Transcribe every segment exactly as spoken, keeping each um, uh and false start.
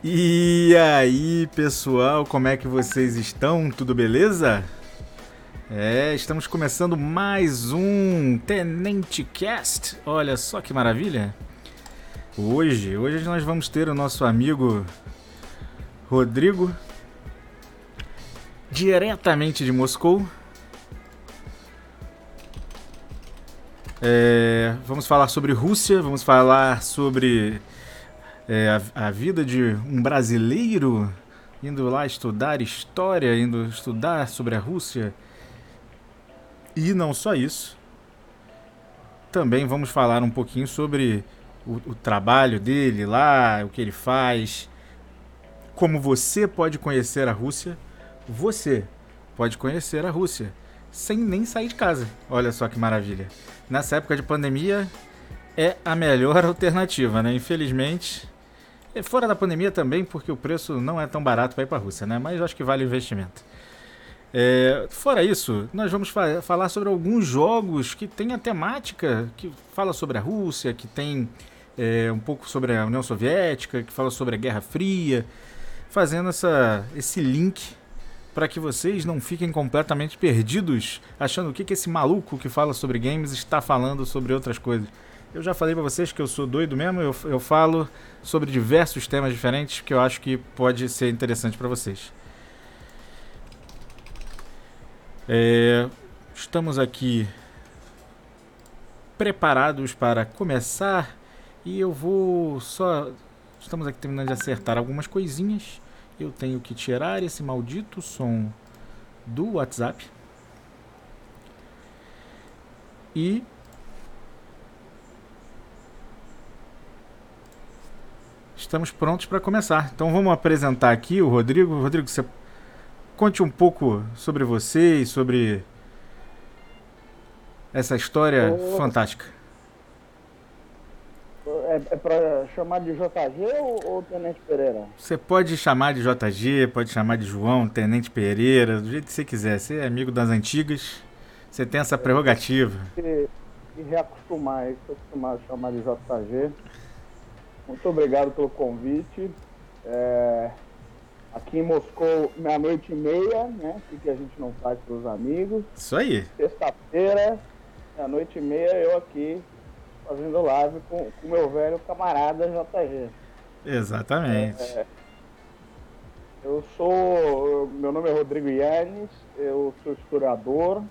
E aí, pessoal, como é que vocês estão? Tudo beleza? É, estamos começando mais um Tenente Cast. Olha só que maravilha. Hoje, hoje nós vamos ter o nosso amigo Rodrigo, diretamente de Moscou. É, vamos falar sobre Rússia, vamos falar sobre é, a, a vida de um brasileiro indo lá estudar história, indo estudar sobre a Rússia. E não só isso, também vamos falar um pouquinho sobre o, o trabalho dele lá, o que ele faz, como você pode conhecer a Rússia. Você pode conhecer a Rússia sem nem sair de casa. Olha só que maravilha. Nessa época de pandemia é a melhor alternativa, né? Infelizmente, é fora da pandemia também, porque o preço não é tão barato para ir para a Rússia, né? Mas eu acho que vale o investimento. É, fora isso, nós vamos fa- falar sobre alguns jogos que têm a temática que fala sobre a Rússia, que tem é, um pouco sobre a União Soviética, que fala sobre a Guerra Fria, fazendo essa, esse link para que vocês não fiquem completamente perdidos, achando o que, que esse maluco que fala sobre games está falando sobre outras coisas. Eu já falei para vocês que eu sou doido mesmo, eu, eu falo sobre diversos temas diferentes que eu acho que pode ser interessante para vocês. É, estamos aqui preparados para começar e eu vou só. Estamos aqui terminando de acertar algumas coisinhas. Eu tenho que tirar esse maldito som do WhatsApp. E estamos prontos para começar. Então vamos apresentar aqui o Rodrigo. Rodrigo, você conte um pouco sobre você e sobre essa história Ô, fantástica. É, é pra chamar de J G ou, ou Tenente Pereira? Você pode chamar de J G, pode chamar de João, Tenente Pereira, do jeito que você quiser. Você é amigo das antigas, você tem essa É, vou prerrogativa. ter que reacostumar, estou acostumado a chamar de J G. Muito obrigado pelo convite. É, aqui em Moscou, meia-noite e meia, né? O que a gente não faz para os amigos. Isso aí, Sexta-feira, meia-noite e meia, eu aqui fazendo live com o meu velho camarada J G. exatamente. Eu sou. Meu nome é Rodrigo Yannis, eu sou historiador,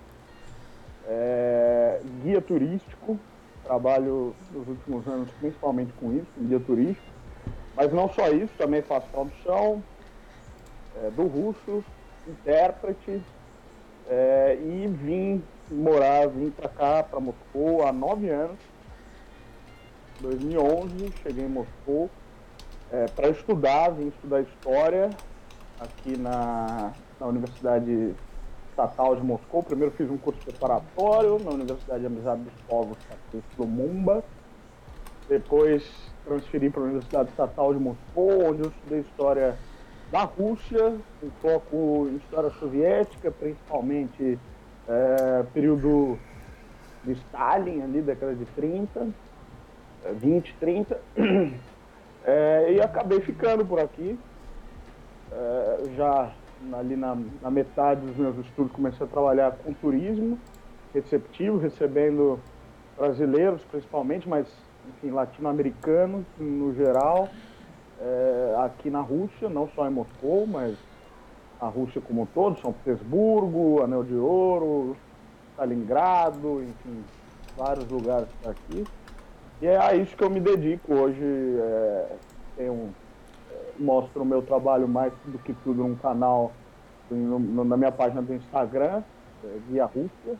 é, guia turístico, trabalho nos últimos anos principalmente com isso, com guia turístico, mas não só isso, também faço tradução é, do russo, intérprete, é, e vim morar, vim para cá, para Moscou, há nove anos, em dois mil e onze, cheguei em Moscou é, para estudar, vim estudar história aqui na, na Universidade Estatal de Moscou. Primeiro fiz um curso preparatório na Universidade de Amizade dos Povos, aqui em Lumumba. Depois transferi para a Universidade Estatal de Moscou, onde eu estudei história da Rússia, com foco em história soviética, principalmente é, período de Stalin, ali, década de trinta, vinte, trinta. É, e acabei ficando por aqui. É, já ali na, na metade dos meus estudos comecei a trabalhar com turismo receptivo, recebendo brasileiros principalmente, mas enfim, latino-americanos no geral, é, aqui na Rússia, não só em Moscou, mas a Rússia como um todo, São Petersburgo, Anel de Ouro, Stalingrado, enfim, vários lugares por aqui. E é a isso que eu me dedico hoje. É, tenho mostro o meu trabalho mais do que tudo num canal, no, no, na minha página do Instagram, é, Guia Rússia.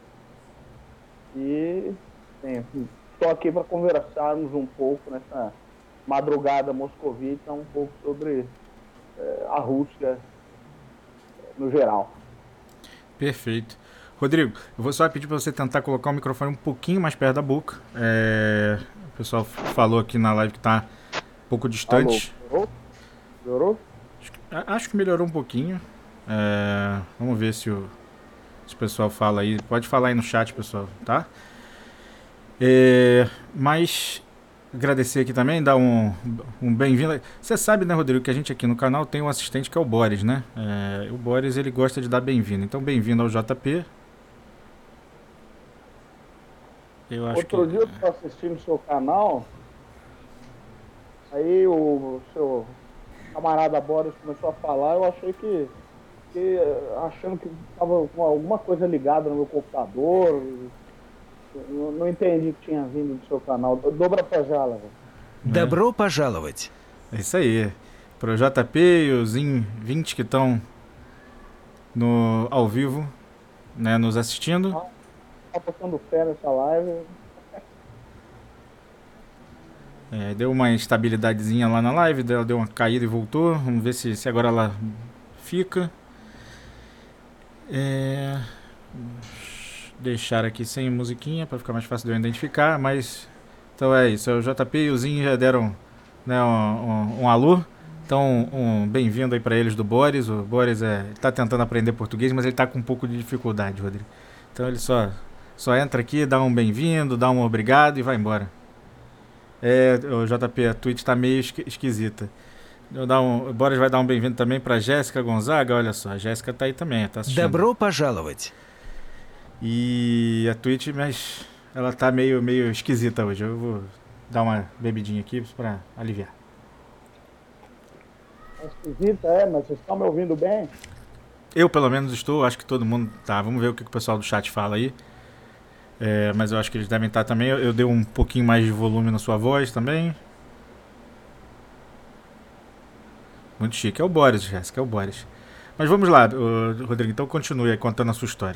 E estou aqui para conversarmos um pouco nessa madrugada moscovita, um pouco sobre é, a Rússia no geral. Perfeito. Rodrigo, eu vou só pedir para você tentar colocar o microfone um pouquinho mais perto da boca. É, o pessoal falou aqui na live que está um pouco Alô, distante. melhorou? Melhorou? Acho que melhorou um pouquinho. É, vamos ver se o, se o pessoal fala aí. Pode falar aí no chat, pessoal, tá? É, mas agradecer aqui também, dar um, um bem-vindo. Você sabe, né, Rodrigo, que a gente aqui no canal tem um assistente que é o Boris, né? É, o Boris, ele gosta de dar bem-vindo. Então, bem-vindo ao J P. Eu acho Outro que... dia eu estava assistindo o seu canal, aí o seu camarada Boris começou a falar, eu achei que, que achando que estava com alguma coisa ligada no meu computador, não, não entendi que tinha vindo do seu canal. Dobra пожаловать. Добро пожаловать. É isso aí. Pro J P e os vinte que estão no ao vivo, né, nos assistindo. Tá botando fé nessa live. É, deu uma instabilidadezinha lá na live, dela deu uma caída e voltou. Vamos ver se, se agora ela fica. É, deixar aqui sem musiquinha para ficar mais fácil de eu identificar, mas então é isso. O J P e o Zinho já deram, né, um, um, um alô. Então, um bem-vindo aí para eles do Boris. O Boris é, tá tentando aprender português, mas ele tá com um pouco de dificuldade, Rodrigo. Então ele só só entra aqui, dá um bem-vindo, dá um obrigado e vai embora. É, o J P, a Twitch tá meio esqui- esquisita. Eu dar um, o Boris vai dar um bem-vindo também pra Jéssica Gonzaga. Olha só, a Jéssica tá aí também, tá assistindo. Добро пожаловать. E a Twitch, mas ela tá meio, meio esquisita hoje. Eu vou dar uma bebidinha aqui pra aliviar. É esquisita, é, mas vocês estão me ouvindo bem? Eu, pelo menos, estou. Acho que todo mundo tá. Vamos ver o que, que o pessoal do chat fala aí. É, mas eu acho que eles devem estar também. Eu, eu dei um pouquinho mais de volume na sua voz também. Muito chique. É o Boris, Jéssica, é o Boris. Mas vamos lá, ô, Rodrigo. Então continue aí contando a sua história.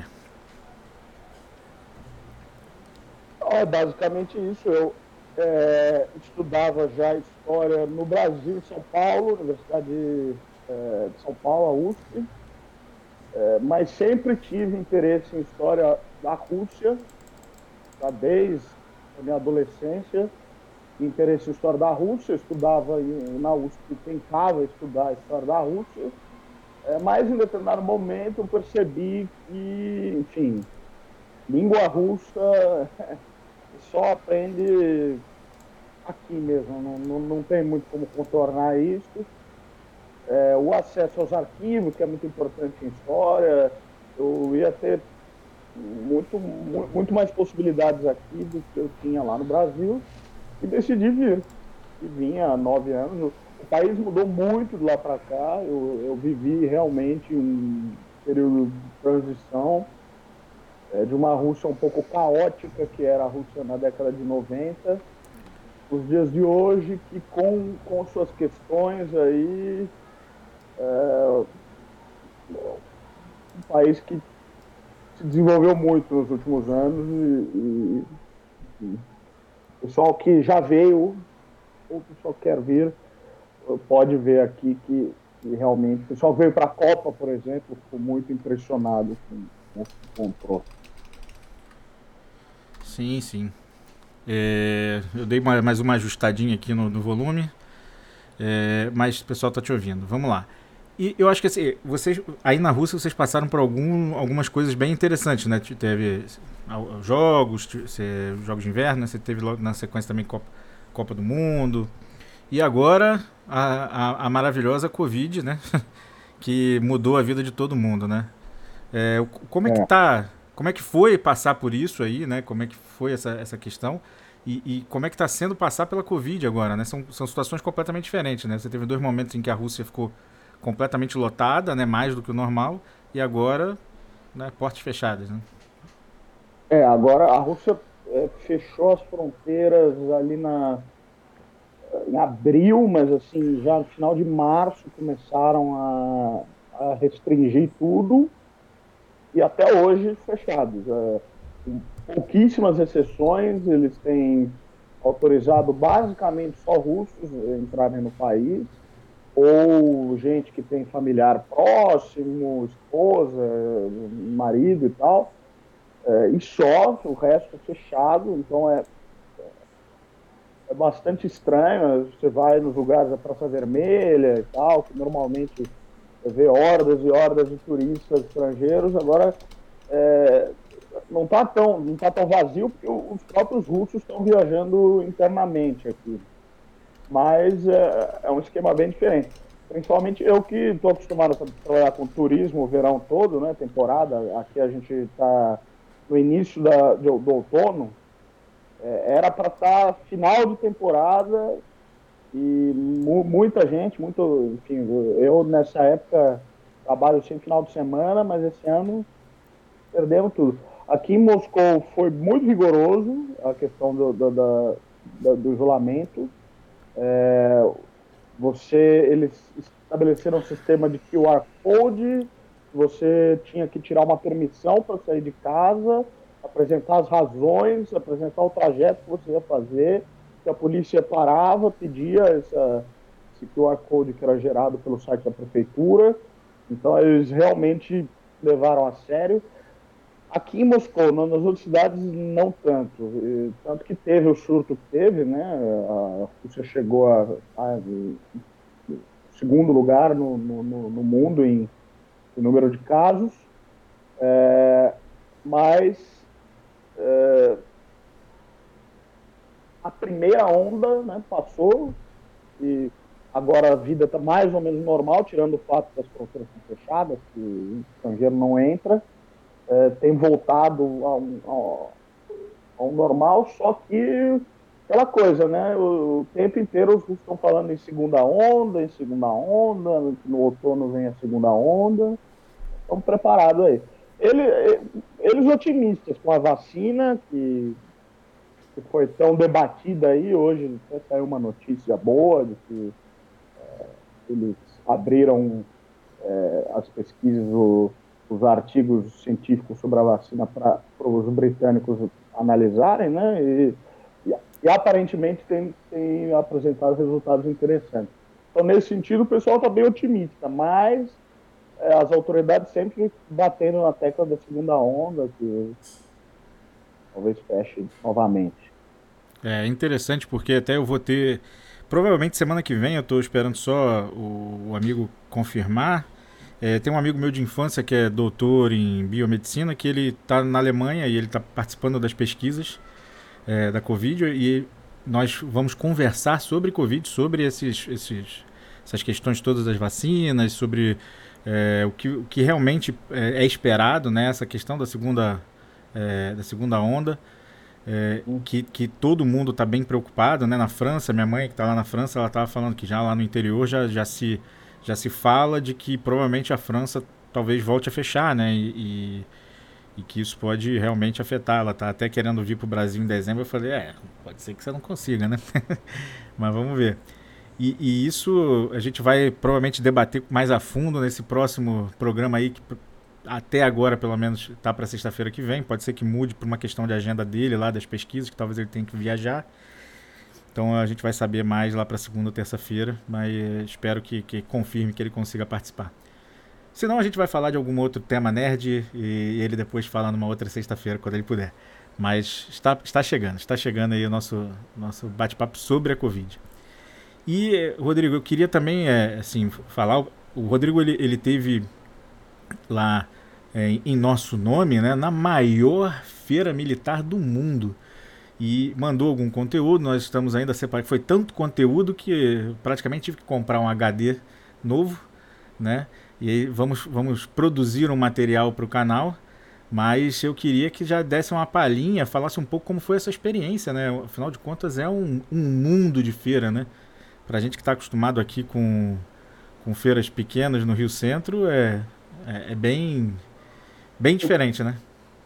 É basicamente isso. Eu é, estudava já história no Brasil, em São Paulo, Universidade é, de São Paulo, a U S P, é, mas sempre tive interesse em história da Rússia, já desde a minha adolescência, interesse em história da Rússia. Eu estudava em, na U S P, tentava estudar a história da Rússia, é, mas em determinado momento eu percebi que, enfim, língua russa só aprende aqui mesmo, não, não, não tem muito como contornar isso. É, o acesso aos arquivos, que é muito importante em história, eu ia ter muito, muito mais possibilidades aqui do que eu tinha lá no Brasil, e decidi vir. E vim há nove anos. O país mudou muito de lá para cá, eu, eu vivi realmente um período de transição, é, de uma Rússia um pouco caótica, que era a Rússia na década de noventa, os dias de hoje, que com, com suas questões aí, é, um país que se desenvolveu muito nos últimos anos, e, e, e o pessoal que já veio, ou o pessoal que quer vir, pode ver aqui que, que realmente, o pessoal que veio para a Copa, por exemplo, ficou muito impressionado com, com o que encontrou. Sim, sim. É, eu dei uma, mais uma ajustadinha aqui no, no volume, é, mas o pessoal tá te ouvindo. Vamos lá. E eu acho que assim, vocês, aí na Rússia vocês passaram por algum, algumas coisas bem interessantes, né? Teve jogos, jogos de inverno, né? Você teve logo na sequência também Copa, Copa do Mundo. E agora a, a, a maravilhosa Covid, né? Que mudou a vida de todo mundo, né? É, como é que tá... Como é que foi passar por isso aí, né? Como é que foi essa, essa questão? E, e como é que está sendo passar pela Covid agora, né? São, são situações completamente diferentes, né? Você teve dois momentos em que a Rússia ficou completamente lotada, né? Mais do que o normal. E agora, né? Portas fechadas, né? É, agora a Rússia é, fechou as fronteiras ali na, em abril, mas assim, já no final de março começaram a, a restringir tudo. E até hoje fechados. É, com pouquíssimas exceções, eles têm autorizado basicamente só russos entrarem no país, ou gente que tem familiar próximo, esposa, marido e tal, é, e só, o resto é fechado. Então é, é bastante estranho. Você vai nos lugares da Praça Vermelha e tal, que normalmente vê hordas e hordas de turistas estrangeiros. Agora, é, não está tão, não tá tão vazio, porque os próprios russos estão viajando internamente aqui. Mas é, é um esquema bem diferente. Principalmente eu que estou acostumado a trabalhar com turismo o verão todo, né, temporada. Aqui a gente está no início da, do, do outono. É, era para estar tá final de temporada e mu muita gente, muito, enfim, eu nessa época trabalho sempre final de semana, mas esse ano perdemos tudo. Aqui em Moscou foi muito rigoroso a questão do, do, do, do isolamento. É, você, eles estabeleceram um sistema de Q R Code, você tinha que tirar uma permissão para sair de casa, apresentar as razões, apresentar o trajeto que você ia fazer, que a polícia parava, pedia essa, esse Q R Code que era gerado pelo site da prefeitura. Então eles realmente levaram a sério. Aqui em Moscou, nas outras cidades, não tanto. Tanto que teve o surto que teve, né? A Rússia chegou a, a segundo lugar no, no, no mundo em, em número de casos. É, mas é, a primeira onda, né, passou e agora a vida está mais ou menos normal, tirando o fato que as fronteiras estão fechadas, que o estrangeiro não entra. É, tem voltado ao, ao, ao normal, só que aquela coisa, né? O, o tempo inteiro os russos estão falando em segunda onda, em segunda onda, no outono vem a segunda onda. Estamos preparados aí. Ele, eles otimistas com a vacina, que, que foi tão debatida aí, hoje até saiu uma notícia boa de que é, eles abriram é, as pesquisas do os artigos científicos sobre a vacina para os britânicos analisarem, né? E, e, e aparentemente tem, tem apresentado resultados interessantes. Então, nesse sentido, o pessoal está bem otimista, mas é, as autoridades sempre batendo na tecla da segunda onda, que talvez feche novamente. É interessante porque até eu vou ter. Provavelmente semana que vem, eu estou esperando só o, o amigo confirmar. É, tem um amigo meu de infância que é doutor em biomedicina, que ele está na Alemanha e ele está participando das pesquisas é, da Covid, e nós vamos conversar sobre Covid, sobre esses, esses, essas questões todas das vacinas, sobre é, o, que, o que realmente é, é esperado, né, essa questão da segunda, é, da segunda onda, é, que, que todo mundo está bem preocupado, né, na França. Minha mãe que está lá na França, ela estava falando que já lá no interior já, já se... já se fala de que provavelmente a França talvez volte a fechar, né? E, e, e que isso pode realmente afetar. Ela está até querendo vir para o Brasil em dezembro. Eu falei, é, pode ser que você não consiga, né? Mas vamos ver. E, e isso a gente vai provavelmente debater mais a fundo nesse próximo programa aí, que até agora, pelo menos, está para sexta-feira que vem. Pode ser que mude por uma questão de agenda dele lá, das pesquisas, que talvez ele tenha que viajar. Então a gente vai saber mais lá para segunda ou terça-feira, mas espero que, que confirme que ele consiga participar. Senão a gente vai falar de algum outro tema nerd e ele depois fala numa outra sexta-feira, quando ele puder. Mas está, está chegando, está chegando aí o nosso, nosso bate-papo sobre a Covid. E, Rodrigo, eu queria também é, assim, falar, o Rodrigo ele, ele teve lá é, em nosso nome, né, na maior feira militar do mundo. E mandou algum conteúdo, nós estamos ainda separados. Foi tanto conteúdo que praticamente tive que comprar um H D novo, né? E aí vamos, vamos produzir um material para o canal, mas eu queria que já desse uma palhinha, falasse um pouco como foi essa experiência, né? Afinal de contas é um, um mundo de feira, né? Pra gente que está acostumado aqui com, com feiras pequenas no Rio Centro, é, é, é bem, bem diferente, né?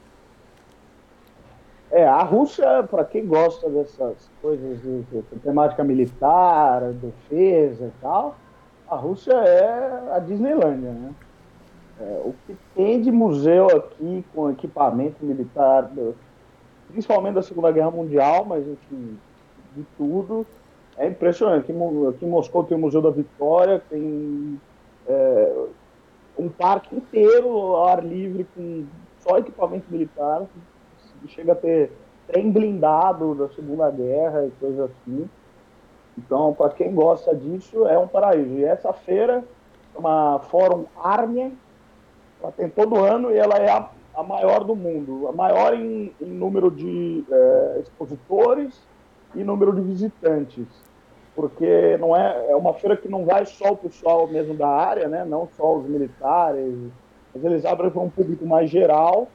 É, a Rússia, para quem gosta dessas coisas de, de, de temática militar, defesa e tal, a Rússia é a Disneylândia, né? É, o que tem de museu aqui com equipamento militar, do, principalmente da Segunda Guerra Mundial, mas enfim, de tudo, é impressionante. Aqui, aqui em Moscou tem o Museu da Vitória, tem é, um parque inteiro ao ar livre com só equipamento militar. Chega a ter trem blindado da Segunda Guerra e coisa assim. Então, para quem gosta disso, é um paraíso. E essa feira é uma Fórum Armia, ela tem todo ano e ela é a a maior do mundo, a maior em, em número de é, expositores e número de visitantes, porque não é, é uma feira que não vai só o pessoal mesmo da área, né? Não só os militares, mas eles abrem para um público mais geral,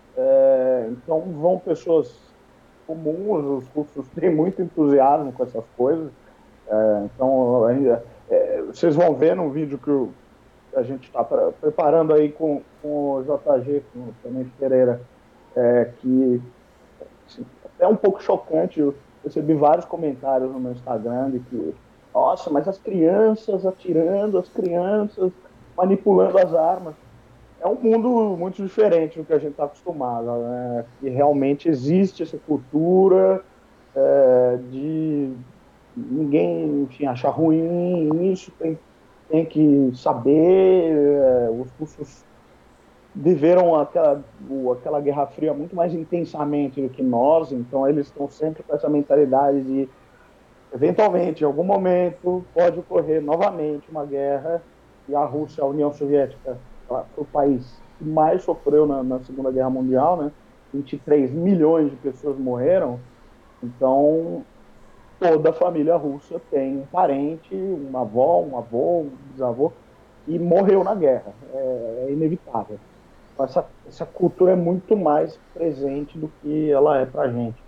é, então vão pessoas comuns, os russos têm muito entusiasmo com essas coisas, é, então ainda, é, vocês vão ver no vídeo que o a gente está preparando aí com, com o J G, com o Tenente Pereira, é, que assim, até um pouco chocante, eu recebi vários comentários no meu Instagram de que, nossa, mas as crianças atirando, as crianças manipulando as armas. É um mundo muito diferente do que a gente está acostumado, né? Que realmente existe essa cultura é, de ninguém, enfim, achar ruim isso, tem, tem que saber, é, os russos viveram aquela, aquela Guerra Fria muito mais intensamente do que nós, então eles estão sempre com essa mentalidade de, eventualmente, em algum momento, pode ocorrer novamente uma guerra, e a Rússia, a União Soviética, foi o país que mais sofreu na, na Segunda Guerra Mundial, né? vinte e três milhões de pessoas morreram, então toda a família russa tem um parente, uma avó, um avô, um bisavô, que morreu na guerra. É, é inevitável. Essa, essa cultura é muito mais presente do que ela é para a gente.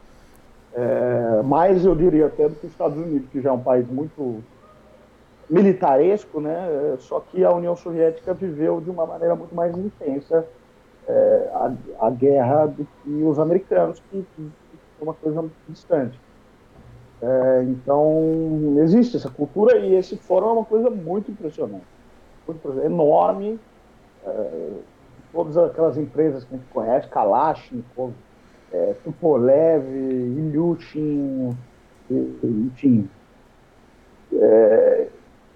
É, mais, eu diria, até do que os Estados Unidos, que já é um país muito militaresco, né? Só que a União Soviética viveu de uma maneira muito mais intensa é, a, a guerra do que os americanos, que, que é uma coisa muito distante. É, então, existe essa cultura e esse fórum é uma coisa muito impressionante, muito impressionante, enorme. É, todas aquelas empresas que a gente conhece, Kalashnikov, é, Tupolev, Ilyushin, enfim. É,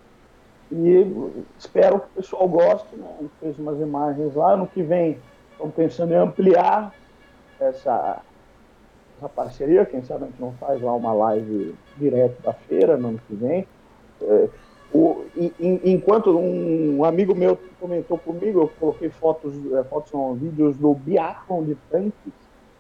e espero que o pessoal goste, né? A gente fez umas imagens lá. Ano que vem, estamos pensando em ampliar essa, essa parceria. Quem sabe a gente não faz lá uma live direto da feira no ano que vem. É, o, em, enquanto um, um amigo meu comentou comigo, eu coloquei fotos, é, fotos não, vídeos do biatlon de tanques.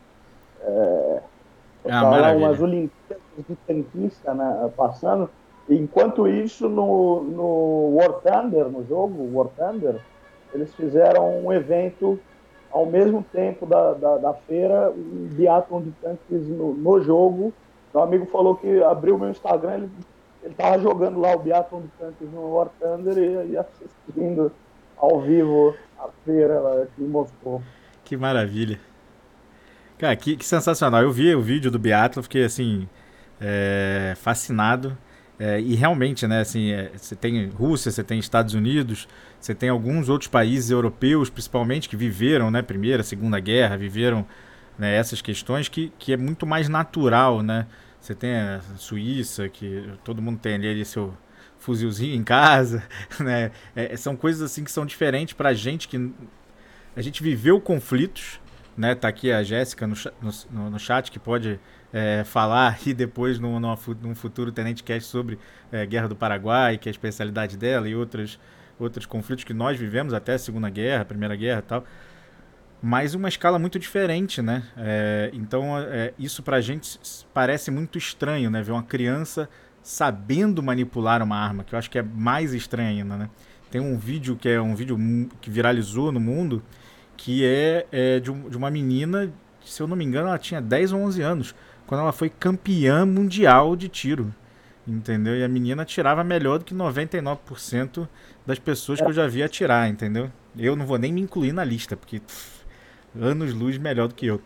É, Ah, tá lá umas maravilha. Olimpíadas de tanquista, né, passando. Enquanto isso, no, no War Thunder, no jogo War Thunder, eles fizeram um evento ao mesmo tempo da, da, da feira, um biatlon de tanques no, no jogo. Meu amigo falou que abriu o meu Instagram, ele ele estava jogando lá o biatlon de tanques no War Thunder e, e assistindo ao vivo a feira lá aqui em Moscou. Que maravilha. Cara, que, que sensacional. Eu vi o vídeo do Biathlon, fiquei assim, é, fascinado. É, e realmente, né, assim, é, você tem Rússia, você tem Estados Unidos, você tem alguns outros países europeus, principalmente, que viveram, né, Primeira, Segunda Guerra, viveram, né, essas questões que, que é muito mais natural, né? Você tem a Suíça, que todo mundo tem ali, ali seu fuzilzinho em casa, né? É, são coisas assim que são diferentes pra gente, que a gente viveu conflitos, né? Tá aqui a Jéssica no, no, no chat que pode é, falar e depois num, num futuro Tenente Cast sobre é, Guerra do Paraguai, que é a especialidade dela, e outros, outros conflitos que nós vivemos, até a Segunda Guerra, a Primeira Guerra e tal. Mas uma escala muito diferente, né? É, então é, isso pra gente parece muito estranho, né? Ver uma criança sabendo manipular uma arma, que eu acho que é mais estranho ainda, né? Tem um vídeo que é um vídeo que viralizou no mundo, que é, é de, um, de uma menina, se eu não me engano, ela tinha dez ou onze anos, quando ela foi campeã mundial de tiro, entendeu? E a menina atirava melhor do que noventa e nove por cento das pessoas que eu já vi atirar, entendeu? Eu não vou nem me incluir na lista, porque pff, anos-luz melhor do que eu.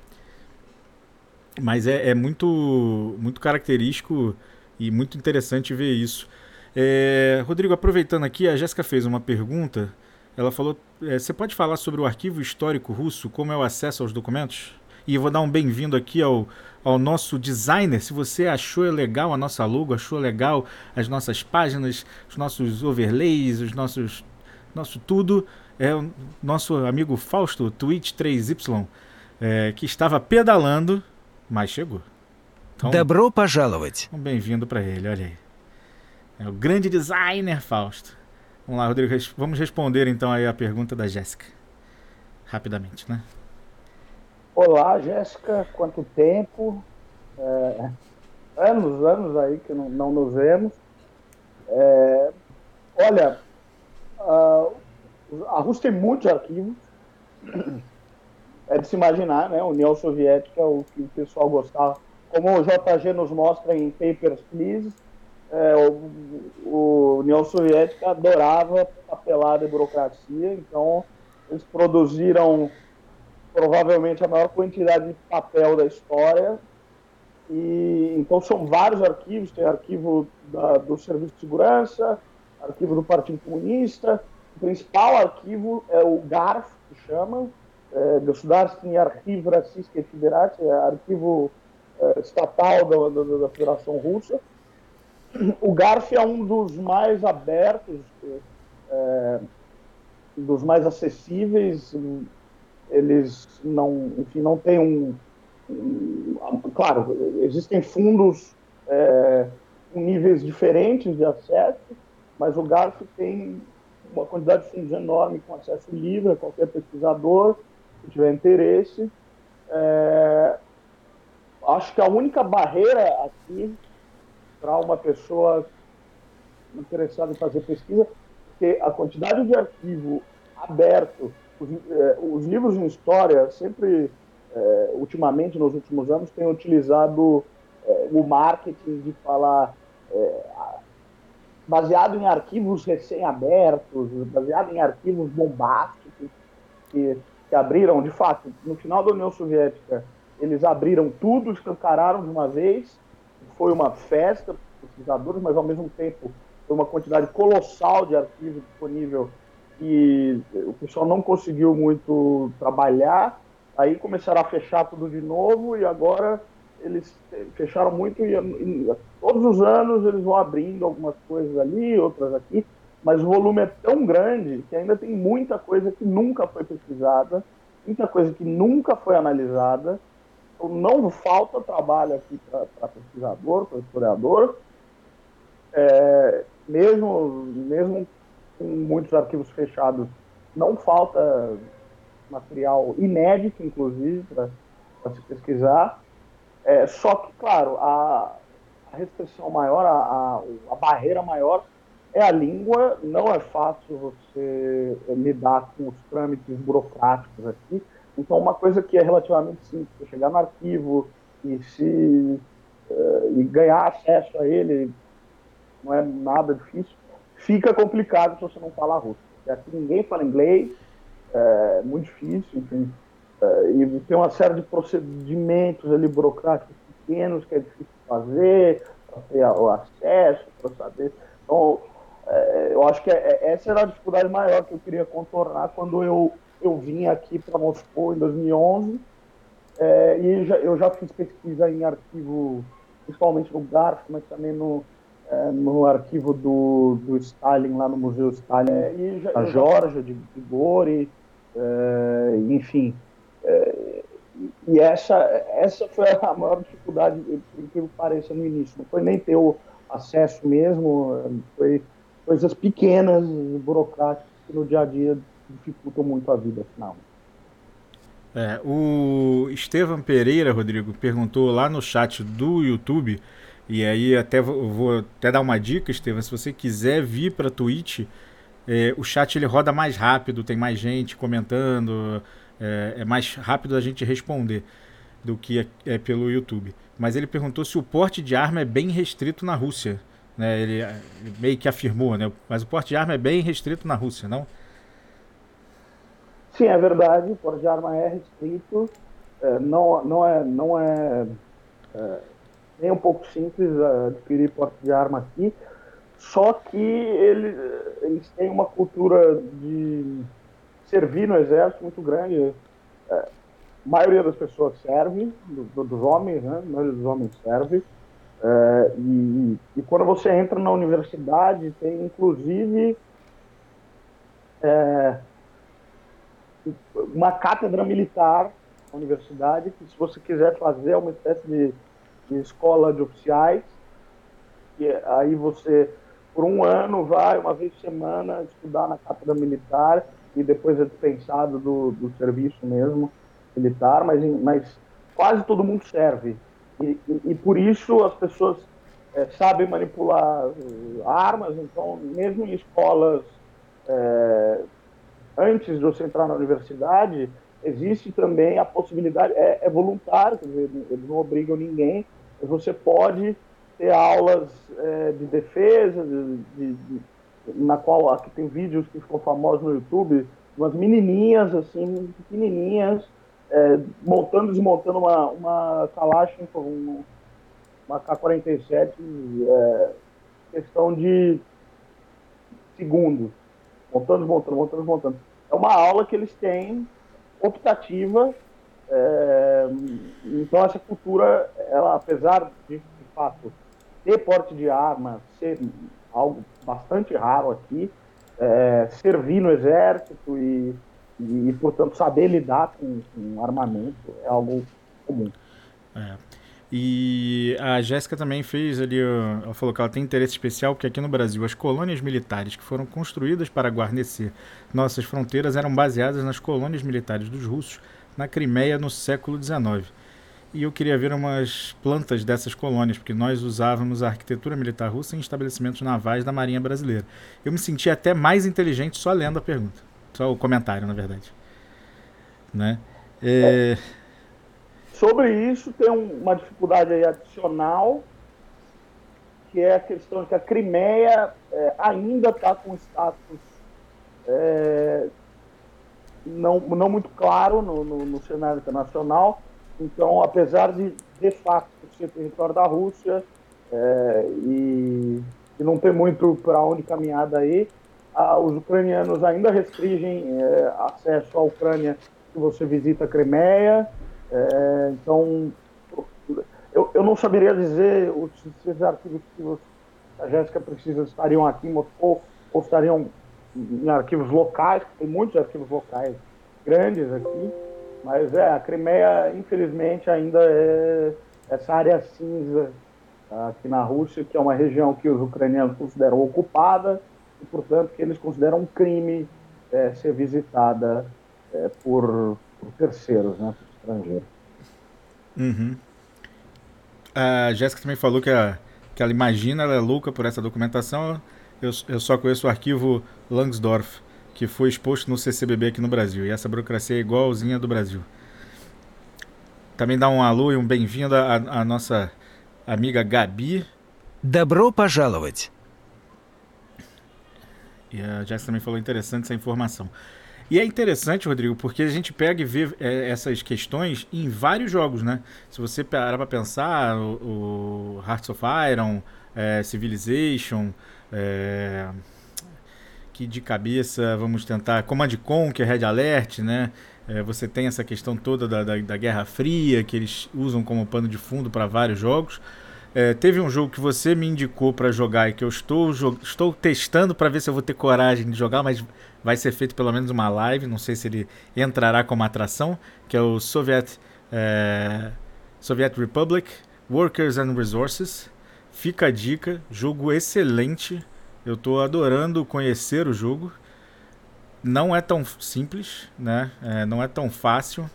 Mas é, é muito, muito característico e muito interessante ver isso. É, Rodrigo, aproveitando aqui, a Jéssica fez uma pergunta. Ela falou: é, você pode falar sobre o arquivo histórico russo, como é o acesso aos documentos? E eu vou dar um bem-vindo aqui ao, ao nosso designer. Se você achou legal a nossa logo, achou legal as nossas páginas, os nossos overlays, os nossos nosso tudo, é o nosso amigo Fausto, Twitch três Y, é, que estava pedalando, mas chegou. Então, Добро пожаловать. um bem-vindo para ele, olha aí. É o grande designer Fausto. Vamos lá, Rodrigo, vamos responder então aí a pergunta da Jéssica. Rapidamente, né? Olá, Jéssica, quanto tempo? É, anos, anos aí que não, não nos vemos. Olha, a, a Rússia tem muitos arquivos, é de se imaginar, né? A União Soviética, o que o pessoal gostava. Como o J G nos mostra em Papers, Please, é, o, o União Soviética adorava papelada e burocracia, então eles produziram provavelmente a maior quantidade de papel da história. E, então são vários arquivos, tem arquivo da, do Serviço de Segurança, arquivo do Partido Comunista. O principal arquivo é o GARF, que chama, é, Государственный архив Российской Федерации, é arquivo é, estatal da, da, da Federação Russa. O GARF é um dos mais abertos, é, dos mais acessíveis. Eles não, enfim, não têm um, claro, existem fundos é, com níveis diferentes de acesso, mas o GARF tem uma quantidade de fundos enorme com acesso livre a qualquer pesquisador que tiver interesse. É, acho que a única barreira aqui para uma pessoa interessada em fazer pesquisa, porque a quantidade de arquivo aberto, os, é, os livros em história sempre É, ultimamente, nos últimos anos, tem utilizado é, o marketing de falar é, baseado em arquivos recém-abertos, baseado em arquivos bombásticos que, que abriram, de fato, no final da União Soviética, eles abriram tudo, escancararam de uma vez, foi uma festa para os pesquisadores, mas ao mesmo tempo foi uma quantidade colossal de arquivo disponível e o pessoal não conseguiu muito trabalhar. Aí começaram a fechar tudo de novo e agora eles fecharam muito e, e todos os anos eles vão abrindo algumas coisas ali, outras aqui, mas o volume é tão grande que ainda tem muita coisa que nunca foi pesquisada, muita coisa que nunca foi analisada. Então não falta trabalho aqui para pesquisador, para historiador, é, mesmo, mesmo com muitos arquivos fechados, não falta material inédito, inclusive, para se pesquisar. É, só que, claro, a, a restrição maior, a, a, a barreira maior é a língua. Não é fácil você lidar com os trâmites burocráticos aqui. Então, uma coisa que é relativamente simples, você chegar no arquivo e, se, uh, e ganhar acesso a ele, não é nada difícil. Fica complicado se você não fala russo. Porque aqui ninguém fala inglês, é muito difícil, enfim. É, e tem uma série de procedimentos ali burocráticos pequenos que é difícil fazer, para ter o acesso, para saber. Então, é, eu acho que é, essa era a dificuldade maior que eu queria contornar quando eu, eu vim aqui para Moscou em dois mil e onze. É, e já, eu já fiz pesquisa em arquivo, principalmente no GARF, mas também no, é, no arquivo do, do Stalin, lá no Museu Stalin, é, e já, a Geórgia, de, de Gori, é, enfim. É, e essa, essa foi a maior dificuldade, por que pareça, no início. Não foi nem ter o acesso mesmo, foi coisas pequenas, burocráticas, que no dia a dia dificultam muito a vida, afinal. É, o Estevam Pereira, Rodrigo, perguntou lá no chat do YouTube, e aí até vou, vou até dar uma dica, Estevam, se você quiser vir para Twitch, é, o chat ele roda mais rápido, tem mais gente comentando, é, é mais rápido a gente responder do que é, é pelo YouTube. Mas ele perguntou se o porte de arma é bem restrito na Rússia. Né? Ele, ele meio que afirmou, né? Mas o porte de arma é bem restrito na Rússia, não? Sim, é verdade, o porte de arma é restrito, é, não, não é, não é, é nem um pouco simples adquirir porte de arma aqui, só que ele, eles têm uma cultura de servir no exército muito grande. É, a maioria das pessoas serve, do, dos homens, né? A maioria dos homens serve. É, e, e quando você entra na universidade, tem inclusive é, uma cátedra militar na universidade, que se você quiser fazer é uma espécie de, de escola de oficiais, que aí você, por um ano, vai uma vez por semana estudar na cátedra militar e depois é dispensado do, do serviço mesmo. militar, mas, mas quase todo mundo serve. E, e, e por isso as pessoas é, sabem manipular uh, armas, então, mesmo em escolas, é, antes de você entrar na universidade, existe também a possibilidade, é, é voluntário, quer dizer, eles não obrigam ninguém, mas você pode ter aulas é, de defesa, de, de, de, na qual aqui tem vídeos que ficam famosos no YouTube, umas menininhas, assim, pequenininhas, é, montando e desmontando uma, uma Kalashnikov, uma, uma K quarenta e sete, é, questão de segundos, montando, desmontando, montando, desmontando. É uma aula que eles têm optativa. É, então essa cultura, ela, apesar de, de fato, ter porte de arma, ser algo bastante raro aqui, é, servir no exército e, e, e, portanto, saber lidar com, com armamento é algo comum. É. E a Jéssica também fez ali, ela falou que ela tem interesse especial porque aqui no Brasil as colônias militares que foram construídas para guarnecer nossas fronteiras eram baseadas nas colônias militares dos russos na Crimeia no século dezenove. E eu queria ver umas plantas dessas colônias, porque nós usávamos a arquitetura militar russa em estabelecimentos navais da Marinha Brasileira. Eu me senti até mais inteligente só lendo a pergunta. Só o comentário, na verdade. Né? É... Sobre isso, tem um, uma dificuldade aí adicional, que é a questão de que a Crimeia é, ainda está com status é, não, não muito claro no, no, no cenário internacional. Então, apesar de, de fato, ser território da Rússia é, e, e não ter muito para onde caminhar daí, a, os ucranianos ainda restringem é, acesso à Ucrânia se você visita a Crimeia. É, então, eu, eu não saberia dizer se esses arquivos que você, a Jéssica precisa estariam aqui em Moscou ou estariam em arquivos locais, tem muitos arquivos locais grandes aqui, mas é, a Crimeia, infelizmente, ainda é essa área cinza tá, aqui na Rússia, que é uma região que os ucranianos consideram ocupada e, portanto, que eles consideram um crime é, ser visitada é, por, por terceiros, né, por estrangeiro. Uhum. A Jéssica também falou que, a, que ela imagina, ela é louca por essa documentação. Eu, eu só conheço o arquivo Langsdorff, que foi exposto no C C B B aqui no Brasil. E essa burocracia é igualzinha do Brasil. Também dá um alô e um bem-vindo à, à nossa amiga Gabi. Добро пожаловать. E a Jéssica também falou interessante essa informação. E é interessante, Rodrigo, porque a gente pega e vê é, essas questões em vários jogos, né? Se você parar pra pensar, o, o Hearts of Iron, é, Civilization, é, que de cabeça vamos tentar, Command and Conquer, Red Alert, né? É, você tem essa questão toda da, da, da Guerra Fria, que eles usam como pano de fundo para vários jogos. É, teve um jogo que você me indicou para jogar e que eu estou, estou testando para ver se eu vou ter coragem de jogar, mas vai ser feito pelo menos uma live, não sei se ele entrará como atração, que é o Soviet, é, Soviet Republic Workers and Resources. Fica a dica, jogo excelente, eu estou adorando conhecer o jogo. Não é tão simples, né? É, não é tão fácil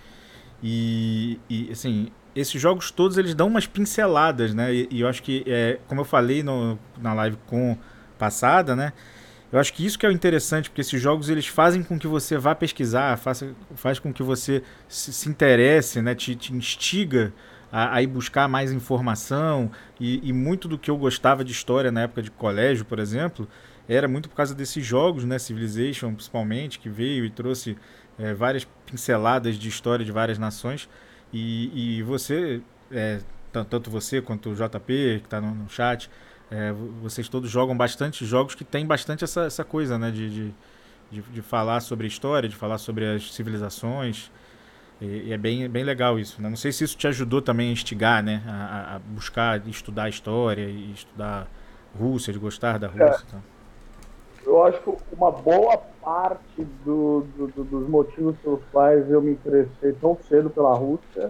e, e assim... Esses jogos todos eles dão umas pinceladas, né? E, e eu acho que, é, como eu falei no, na live com passada, né? Eu acho que isso que é o interessante, porque esses jogos eles fazem com que você vá pesquisar, faça, faz com que você se, se interesse, né? Te, te instiga a, a ir buscar mais informação. E, e muito do que eu gostava de história na época de colégio, por exemplo, era muito por causa desses jogos, né? Civilization, principalmente, que veio e trouxe é, várias pinceladas de história de várias nações. E, e você, é, tanto você quanto o J P, que está no, no chat, é, vocês todos jogam bastante jogos que tem bastante essa, essa coisa, né? De, de, de, de falar sobre a história, de falar sobre as civilizações. E, e é bem, bem legal isso, né? Não sei se isso te ajudou também a instigar, né? A, a buscar, estudar a história e estudar Rússia, de gostar da Rússia. É. Então. Eu acho que uma boa parte do, do, do, dos motivos pelos quais eu me interessei tão cedo pela Rússia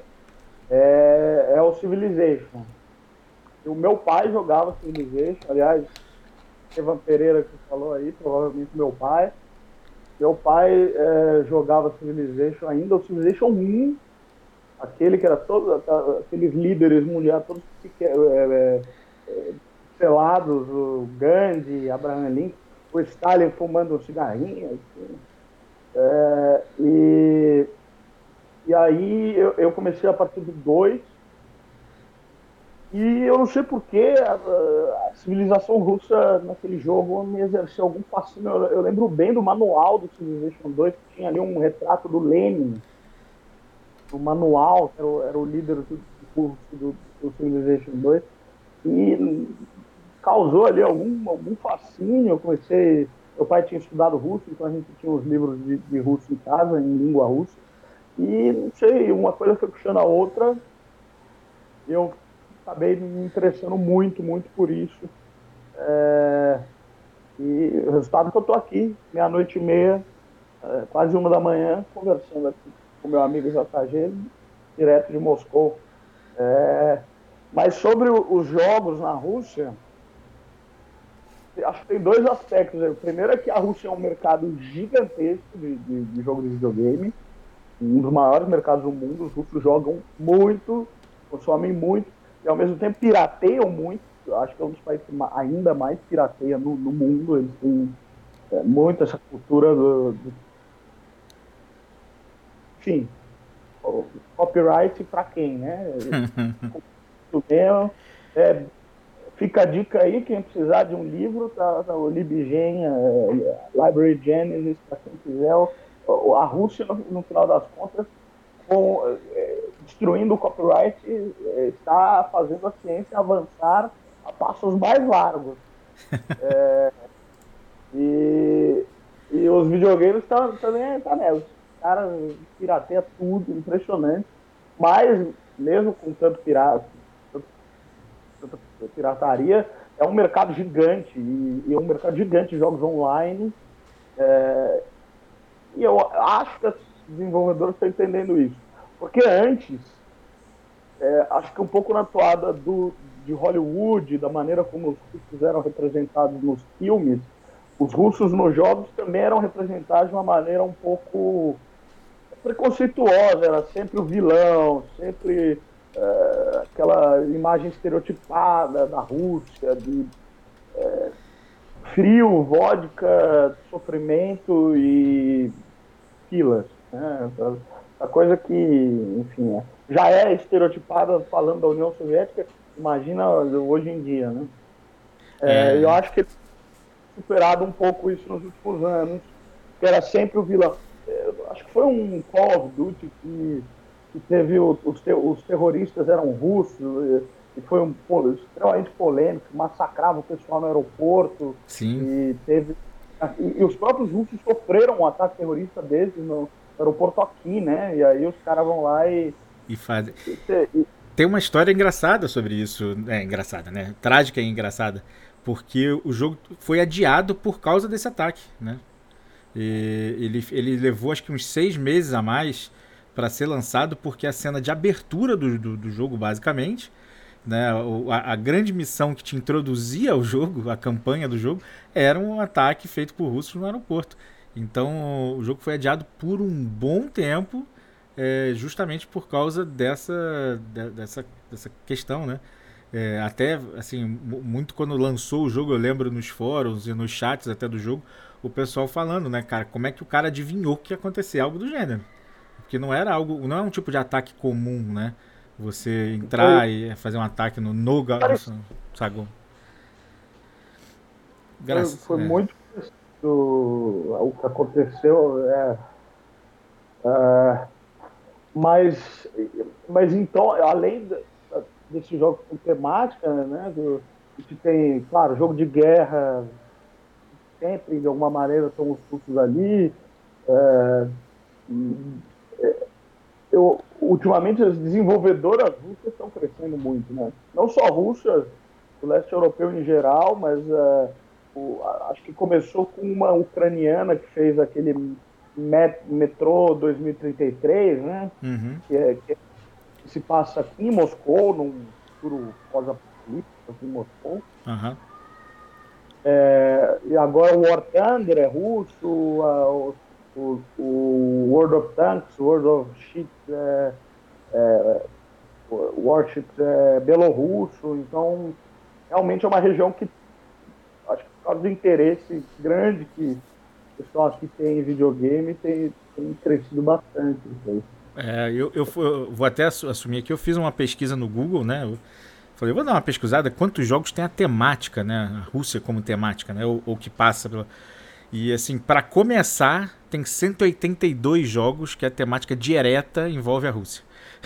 é, é o Civilization. E o meu pai jogava Civilization, aliás, Evan Pereira que falou aí, provavelmente meu pai. Meu pai é, jogava Civilization ainda, o Civilization um, aquele que era todo, aqueles líderes mundiais, todos é, é, é, selados, o Gandhi, Abraham Lincoln, o Stalin fumando um cigarrinho. Assim. É, e, e aí eu, eu comecei a partir do dois, e eu não sei porquê a, a civilização russa naquele jogo me exerceu algum fascínio. Eu, eu lembro bem do manual do Civilization dois, que tinha ali um retrato do Lenin, o manual, que era o, era o líder do, do, do, do Civilization dois, e causou ali algum, algum fascínio. Eu comecei. Meu pai tinha estudado russo, então a gente tinha os livros de, de russo em casa, em língua russa, e não sei, uma coisa foi puxando a outra, e eu acabei me interessando muito, muito por isso. É, e o resultado é que eu estou aqui, meia-noite e meia, é, quase uma da manhã, conversando aqui com meu amigo J G, direto de Moscou. É, mas sobre os jogos na Rússia, acho que tem dois aspectos. O primeiro é que a Rússia é um mercado gigantesco de, de, de jogo de videogame, um dos maiores mercados do mundo. Os russos jogam muito, consomem muito, e ao mesmo tempo pirateiam muito. Eu acho que é um dos países que ainda mais pirateia no, no mundo. Eles têm é, muito essa cultura do, do enfim, copyright para quem, né? É, fica a dica aí, quem precisar de um livro, tá, tá o LibGen, é, Library Genesis, para quem quiser. A Rússia, no, no final das contas, com, é, destruindo o copyright, é, está fazendo a ciência avançar a passos mais largos. É, e, e os videogames tá, também tá nela. Os caras pirateiam tudo, impressionante. Mas, mesmo com tanto pirata, tanto pirataria, é um mercado gigante, e, e é um mercado gigante de jogos online. É, e eu acho que os desenvolvedores estão entendendo isso. Porque antes, é, acho que um pouco na toada do, de Hollywood, da maneira como os russos eram representados nos filmes, os russos nos jogos também eram representados de uma maneira um pouco preconceituosa. Era sempre o vilão, sempre é, aquela imagem estereotipada da Rússia, de é, frio, vodka, sofrimento e filas. Né? A coisa que, enfim, é, já é estereotipada falando da União Soviética, imagina hoje em dia. Né? É, eu É, acho que ele tem superado um pouco isso nos últimos anos, que era sempre o vilão. Eu acho que foi um Call of Duty que, que teve o, os, te, os terroristas eram russos, e, e foi um extremamente polêmico, massacrava o pessoal no aeroporto, sim. e teve e, e os próprios russos sofreram um ataque terrorista desde no aeroporto aqui, né? E aí os caras vão lá e, E faz... e, e Tem uma história engraçada sobre isso. É engraçada, né? Trágica e engraçada. Porque o jogo foi adiado por causa desse ataque, né? E ele, ele levou acho que uns seis meses a mais para ser lançado, porque a cena de abertura do, do, do jogo, basicamente, né, a, a grande missão que te introduzia ao jogo, a campanha do jogo, era um ataque feito por russos no aeroporto. Então o jogo foi adiado por um bom tempo, é, justamente por causa dessa, dessa, dessa questão, né? É, até, assim, muito quando lançou o jogo, eu lembro nos fóruns e nos chats até do jogo, o pessoal falando, né, cara, como é que o cara adivinhou que ia acontecer algo do gênero. Porque não era algo, não é um tipo de ataque comum, né? Você foi, entrar e fazer um ataque no, no, no saguão. foi, Graças, foi é. muito do, o que aconteceu. É, é, mas, mas então, além desses jogos com temática, né, do, que tem, claro, jogo de guerra, sempre de alguma maneira estão os russos ali. É, eu, ultimamente as desenvolvedoras russas estão crescendo muito, né? Não só russas, o leste europeu em geral, mas uh, o, a, acho que começou com uma ucraniana que fez aquele Met, Metrô dois mil e trinta e três, né? Uhum. Que, é, que, é, que se passa aqui em Moscou, num futuro pós-apocalíptico aqui em Moscou. Uhum. É, e agora o War Thunder é russo, a, o o, o World of Tanks, World of Ships, é, é, Warships é, belorrusso. Então, realmente é uma região que, acho que por causa do interesse grande que o pessoal aqui tem em videogame, tem, tem crescido bastante. É, eu, eu, eu vou até assumir aqui, eu fiz uma pesquisa no Google, né? Eu falei, vou dar uma pesquisada, quantos jogos tem a temática, né? A Rússia como temática, né? Ou, ou que passa pela... E assim, para começar, tem cento e oitenta e dois jogos que a temática direta envolve a Rússia.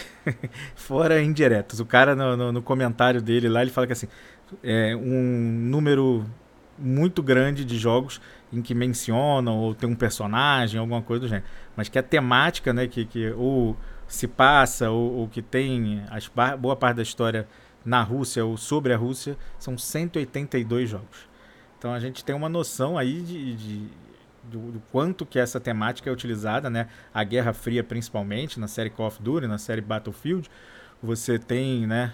Fora indiretos. O cara no, no, no comentário dele lá, ele fala que assim, é um número muito grande de jogos em que mencionam ou tem um personagem, alguma coisa do gênero. Mas que a temática, né, que, que ou se passa ou, ou que tem as, boa parte da história na Rússia ou sobre a Rússia, são cento e oitenta e dois jogos. Então a gente tem uma noção aí de, de do, do quanto que essa temática é utilizada, né? A Guerra Fria principalmente, na série Call of Duty, na série Battlefield, você tem, né,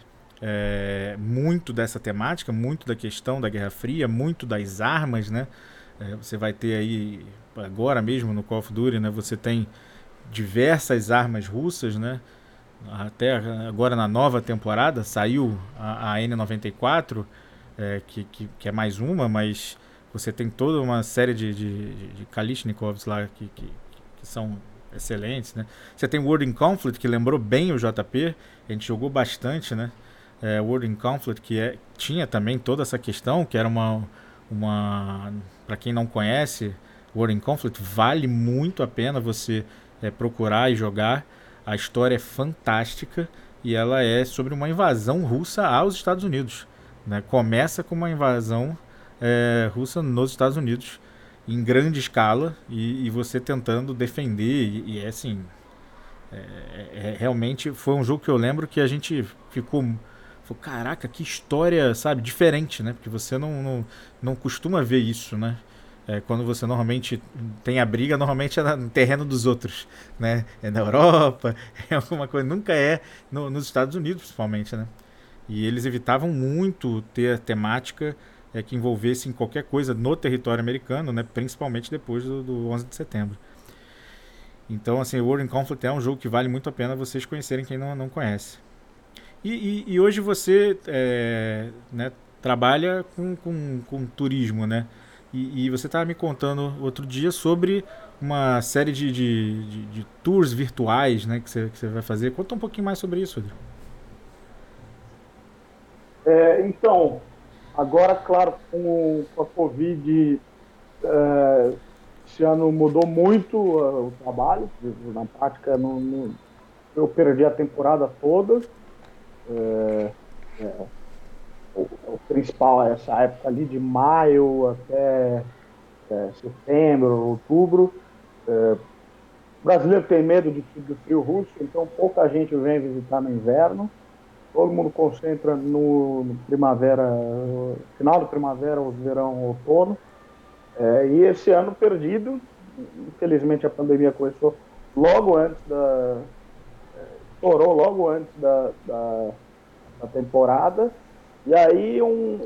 é, muito dessa temática, muito da questão da Guerra Fria, muito das armas, né? É, você vai ter aí, agora mesmo no Call of Duty, né, você tem diversas armas russas, né? Até agora na nova temporada saiu a, a N noventa e quatro, é, que, que, que é mais uma, mas você tem toda uma série de, de, de Kalashnikovs lá que, que, que são excelentes, né? Você tem World in Conflict, que lembrou bem o J P, a gente jogou bastante, né? É, World in Conflict, que é, tinha também toda essa questão, que era uma... uma para quem não conhece, World in Conflict vale muito a pena você é, procurar e jogar. A história é fantástica e ela é sobre uma invasão russa aos Estados Unidos, né? Começa com uma invasão é, russa nos Estados Unidos em grande escala e, e você tentando defender e, e é assim, é, é, realmente foi um jogo que eu lembro que a gente ficou, ficou caraca, que história, sabe, diferente, né? Porque você não, não, não costuma ver isso, né? É, quando você normalmente tem a briga, normalmente é no terreno dos outros, né? É na Europa, é alguma coisa, nunca é no, nos Estados Unidos, principalmente, né? E eles evitavam muito ter temática é, que envolvesse em qualquer coisa no território americano, né? Principalmente depois do, do onze de setembro. Então, assim, o World in Conflict é um jogo que vale muito a pena vocês conhecerem quem não, não conhece. E, e, e hoje você é, né, trabalha com, com, com turismo, né? E, e você estava me contando outro dia sobre uma série de, de, de, de tours virtuais, né, que você, que você vai fazer. Conta um pouquinho mais sobre isso, Rodrigo. É, então, agora, claro, com, com a Covid, é, esse ano mudou muito uh, o trabalho. Na prática, não, não, eu perdi a temporada toda. É, é, o, o principal é essa época ali de maio até é, setembro, outubro. É, o brasileiro tem medo de, do frio russo, então pouca gente vem visitar no inverno. Todo mundo concentra no, no primavera, final de primavera, ou verão, outono. É, e esse ano perdido, infelizmente a pandemia começou logo antes da... estourou logo antes da, da, da temporada. E aí um...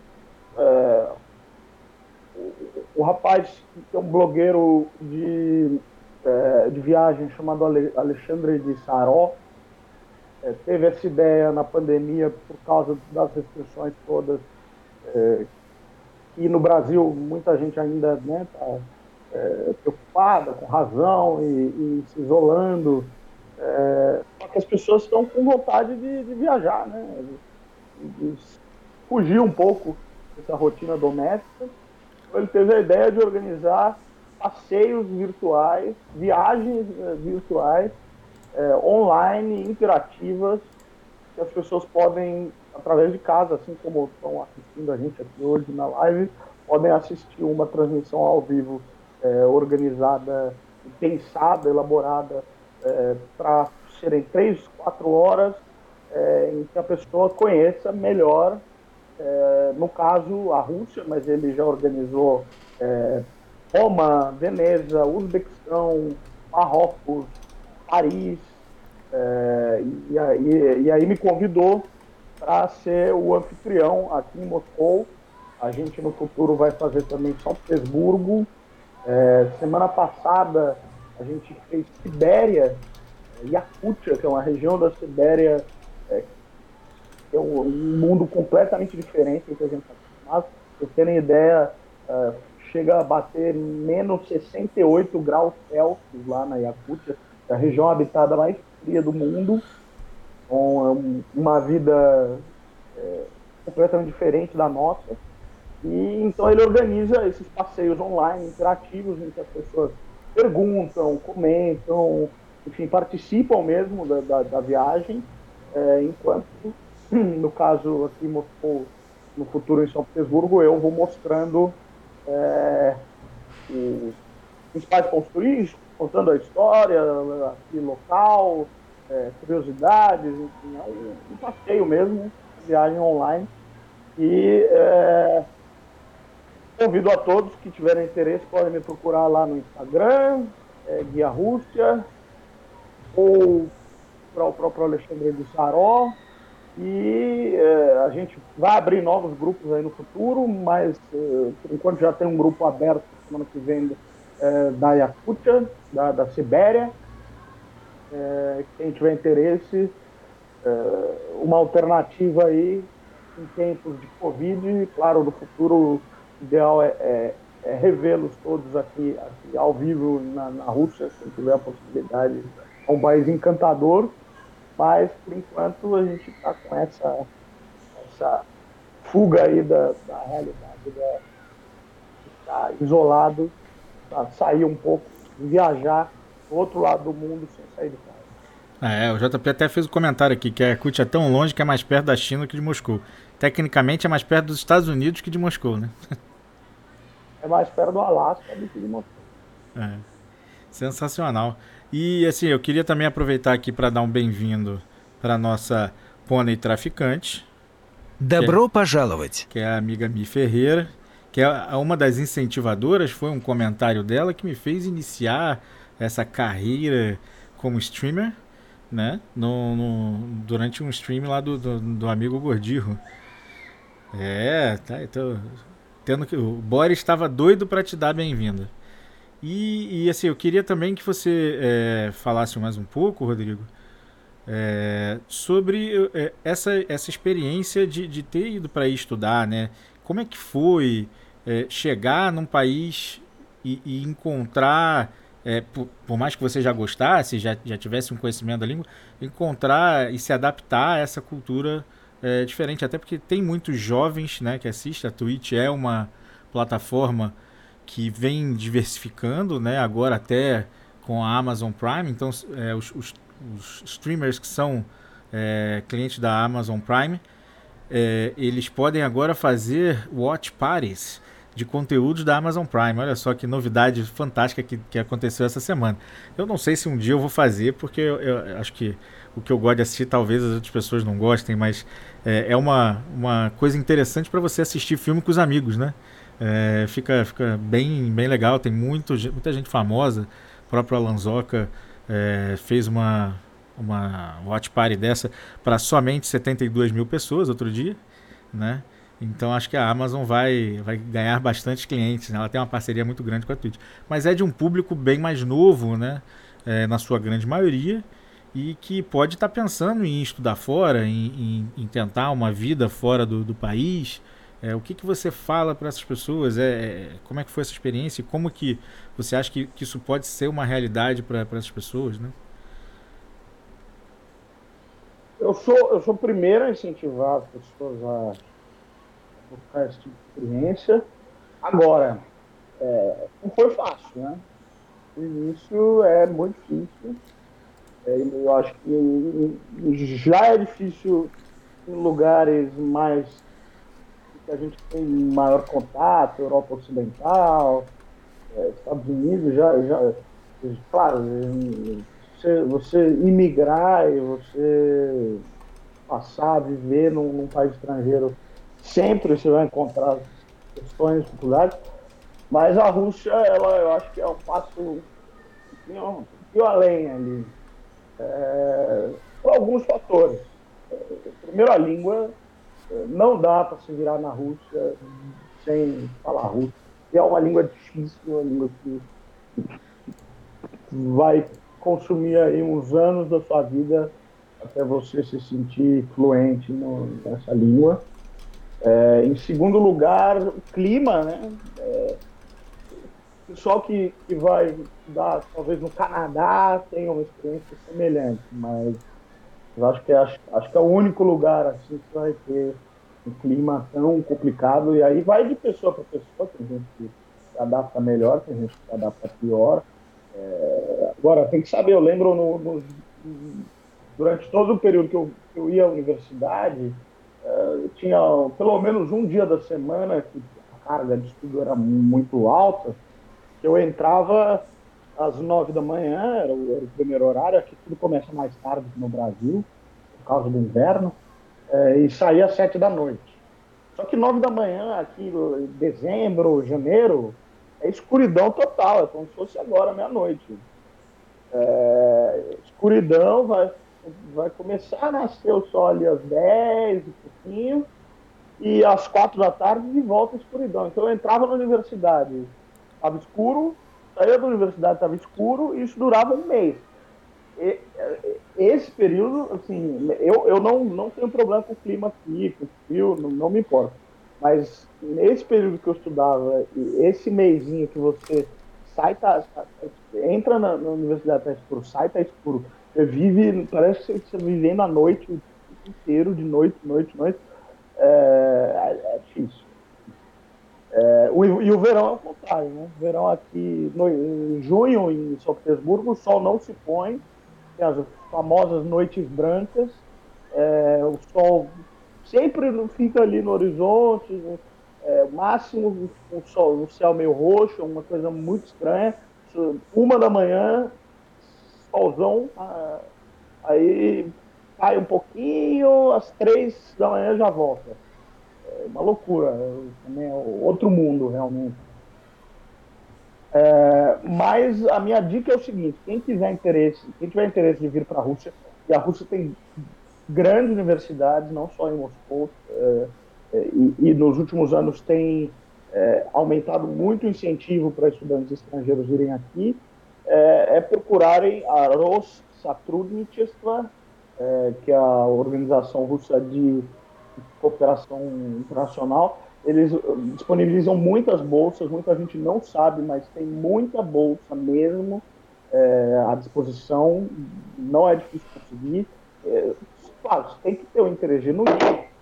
É, o, o rapaz, que é um blogueiro de, é, de viagem chamado Alexandre de Saró, é, teve essa ideia na pandemia por causa das restrições todas, é, e no Brasil muita gente ainda, né, tá, é, preocupada, com razão, e, e se isolando. É, só que as pessoas estão com vontade de, de viajar, né, de, de fugir um pouco dessa rotina doméstica. Então ele teve a ideia de organizar passeios virtuais, viagens é, virtuais, é, online, interativas, que as pessoas podem, através de casa, assim como estão assistindo a gente aqui hoje na live, podem assistir uma transmissão ao vivo é, organizada, pensada, elaborada é, para serem três, quatro horas é, em que a pessoa conheça melhor, é, no caso, a Rússia, mas ele já organizou é, Roma, Veneza, Uzbequistão, Marrocos, Paris, é, e, aí, e aí me convidou para ser o anfitrião aqui em Moscou. A gente no futuro vai fazer também São Petersburgo. É, semana passada a gente fez Sibéria, Yakutia, que é uma região da Sibéria, é, que é um, um mundo completamente diferente do que a gente está acostumado. Pra vocês terem ideia, é, chega a bater menos sessenta e oito graus Celsius lá na Yakutia, a região habitada mais fria do mundo, com uma vida é, completamente diferente da nossa. E então ele organiza esses passeios online, interativos, em que as pessoas perguntam, comentam, enfim, participam mesmo da, da, da viagem, é, enquanto, no caso aqui em Moscou, no futuro em São Petersburgo, eu vou mostrando é, os principais pontos turísticos, contando a história aqui local, é, curiosidades, enfim, é um, um passeio mesmo, viagem online. E é, convido a todos que tiverem interesse, podem me procurar lá no Instagram, é, Guia Rússia, ou para o próprio Alexandre de Saró. E é, a gente vai abrir novos grupos aí no futuro, mas é, por enquanto já tem um grupo aberto semana que vem é, da Yakutia, da, da Sibéria. É, quem tiver interesse, é, uma alternativa aí em tempos de Covid, e claro, no futuro o ideal é, é, é revê-los todos aqui, aqui ao vivo na, na Rússia, se tiver a possibilidade. É um país encantador, mas por enquanto a gente está com essa, essa fuga aí da, da realidade, da, de estar isolado, para sair um pouco, viajar do outro lado do mundo sem sair de casa. É, o J P até fez um comentário aqui, que a Yakutia é tão longe que é mais perto da China que de Moscou. Tecnicamente é mais perto dos Estados Unidos que de Moscou, né? É mais perto do Alasca do que de Moscou. É, sensacional. E assim, eu queria também aproveitar aqui para dar um bem-vindo para nossa pônei traficante, Добро пожаловать! que é a amiga Mi Ferreira, que é uma das incentivadoras. Foi um comentário dela que me fez iniciar essa carreira como streamer, né? No, no, durante um stream lá do, do, do amigo Gordirro. É, tá, então, tendo que, o Boris estava doido para te dar bem-vinda. E, e assim, eu queria também que você é, falasse mais um pouco, Rodrigo, é, sobre é, essa, essa experiência de, de ter ido para aí estudar, né? Como é que foi é, chegar num país e, e encontrar, é, por, por mais que você já gostasse, já, já tivesse um conhecimento da língua, encontrar e se adaptar a essa cultura é, diferente, até porque tem muitos jovens, né, que assistem. A Twitch é uma plataforma que vem diversificando, né, agora até com a Amazon Prime. Então é, os, os, os streamers que são é, clientes da Amazon Prime, é, eles podem agora fazer watch parties de conteúdos da Amazon Prime. Olha só que novidade fantástica que, que aconteceu essa semana. Eu não sei se um dia eu vou fazer, porque eu, eu acho que o que eu gosto de assistir talvez as outras pessoas não gostem, mas é, é uma, uma coisa interessante para você assistir filme com os amigos, né? É, fica, fica bem, bem legal. Tem muito, muita gente famosa. O próprio Alan Zoca é, fez uma, uma watch party dessa para somente setenta e duas mil pessoas outro dia, né? Então acho que a Amazon vai, vai ganhar bastante clientes, né? Ela tem uma parceria muito grande com a Twitch, mas é de um público bem mais novo, né? É, na sua grande maioria, e que pode estar tá pensando em estudar fora, em, em, em tentar uma vida fora do, do país. É, o que, que você fala para essas pessoas? É, é, como é que foi essa experiência? E como que você acha que, que isso pode ser uma realidade para essas pessoas, né? Eu sou, eu sou o primeiro a incentivar as pessoas a buscar esse tipo de experiência. Agora, é, não foi fácil, né? O início é muito difícil. É, eu acho que já é difícil em lugares mais que a gente tem maior contato, Europa Ocidental, é, Estados Unidos, já, já claro, você, você imigrar e você passar a viver num, num país estrangeiro, sempre você vai encontrar questões, dificuldades, mas a Rússia, ela, eu acho que é um passo um pouquinho, um além ali, é, por alguns fatores. Primeiro, a língua. Não dá para se virar na Rússia sem falar russo. É uma língua difícil, uma língua que vai consumir aí uns anos da sua vida até você se sentir fluente no, nessa língua. É, em segundo lugar, o clima, né? É, o pessoal que, que vai estudar, talvez no Canadá, tenha uma experiência semelhante, mas eu acho que, é, acho, acho que é o único lugar assim, que vai ter um clima tão complicado, e aí vai de pessoa para pessoa, tem gente que se adapta melhor, tem gente que se adapta pior. É, agora, tem que saber, eu lembro no, no, durante todo o período que eu, que eu ia à universidade, eu tinha pelo menos um dia da semana que a carga de estudo era muito alta, que eu entrava às nove da manhã, era o, era o primeiro horário, aqui tudo começa mais tarde que no Brasil, por causa do inverno, é, e saía às sete da noite. Só que nove da manhã, aqui em dezembro, janeiro, é escuridão total, é como se fosse agora, meia-noite. É, escuridão, vai, vai começar a nascer o sol ali às dez, um pouquinho, e às quatro da tarde de volta a escuridão. Então eu entrava na universidade, estava escuro, saía da universidade, estava escuro, e isso durava um mês. E, esse período, assim, eu, eu não, não tenho problema com o clima aqui, com o frio, não, não me importa. Mas nesse período que eu estudava, esse mêsinho que você sai, tá, tá, entra na, na universidade, tá escuro, sai, tá escuro, você vive, parece que você está vivendo a noite o tempo inteiro, de noite, noite, noite, é, é difícil. É, o, e o verão é o contrário, né? O verão aqui, no, em junho, em São Petersburgo, o sol não se põe, tem as famosas noites brancas, é, o sol sempre fica ali no horizonte, é, máximo o sol, o céu meio roxo, uma coisa muito estranha. Uma da manhã, solzão, aí cai um pouquinho, às três da manhã já volta. É uma loucura, é outro mundo realmente. É, mas a minha dica é o seguinte: quem tiver interesse, quem tiver interesse de vir para a Rússia, e a Rússia tem grandes universidades, não só em Moscou, é, é, e, e nos últimos anos tem é, aumentado muito o incentivo para estudantes estrangeiros virem aqui, é, é procurarem a Россотрудничество, é, que é a Organização Russa de Cooperação Internacional. Eles disponibilizam muitas bolsas, muita gente não sabe, mas tem muita bolsa mesmo é, à disposição, não é difícil conseguir. É, claro, você tem que ter um interesse genuíno,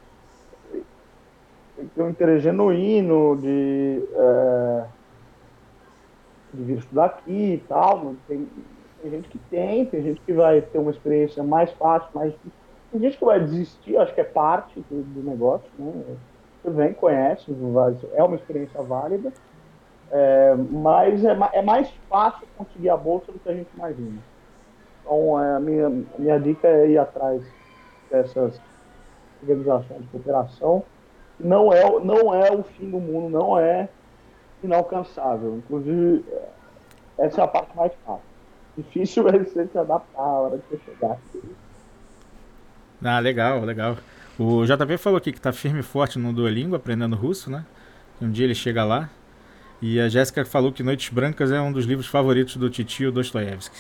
tem que ter um interesse genuíno de, é, de vir estudar aqui e tal. Tem, tem gente que tem, tem gente que vai ter uma experiência mais fácil, mais difícil. Tem gente que vai desistir, acho que é parte do, do negócio, né? Você vem, conhece, é uma experiência válida, é, mas é, é mais fácil conseguir a bolsa do que a gente imagina. Então, é, a minha, a minha dica é ir atrás dessas organizações de cooperação. Não é, não é o fim do mundo, não é inalcançável. Inclusive, essa é a parte mais fácil. Difícil é você se adaptar à hora de você chegar. Ah, legal, legal. O J P falou aqui que tá firme e forte no Duolingo, aprendendo russo, né? Um dia ele chega lá. E a Jéssica falou que Noites Brancas é um dos livros favoritos do Titio Dostoiévski.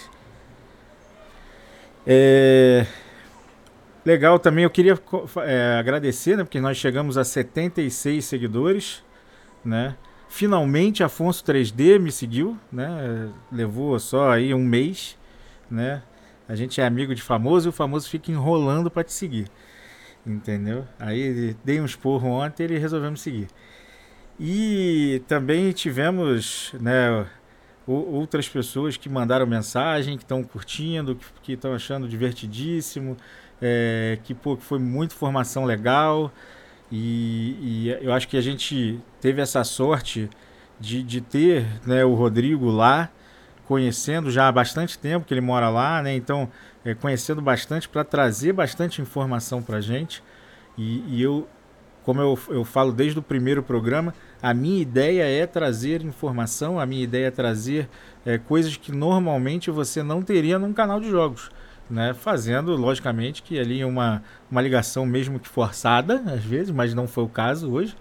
É... Legal também, eu queria é, agradecer, né? Porque nós chegamos a setenta e seis seguidores, né? Finalmente Afonso três D me seguiu, né? Levou só aí um mês, né? A gente é amigo de famoso e o famoso fica enrolando para te seguir. Entendeu? Aí dei um esporro ontem e ele resolveu me seguir. E também tivemos, né, outras pessoas que mandaram mensagem, que estão curtindo, que estão achando divertidíssimo, é, que, pô, que foi muita informação legal. E, e eu acho que a gente teve essa sorte de, de ter, né, o Rodrigo lá, conhecendo já há bastante tempo que ele mora lá, né? Então, é, conhecendo bastante para trazer bastante informação para a gente. E, e eu, como eu, eu falo desde o primeiro programa, a minha ideia é trazer informação, a minha ideia é trazer é, coisas que normalmente você não teria num canal de jogos, né? Fazendo, logicamente, que ali uma, uma ligação mesmo que forçada, às vezes, mas não foi o caso hoje,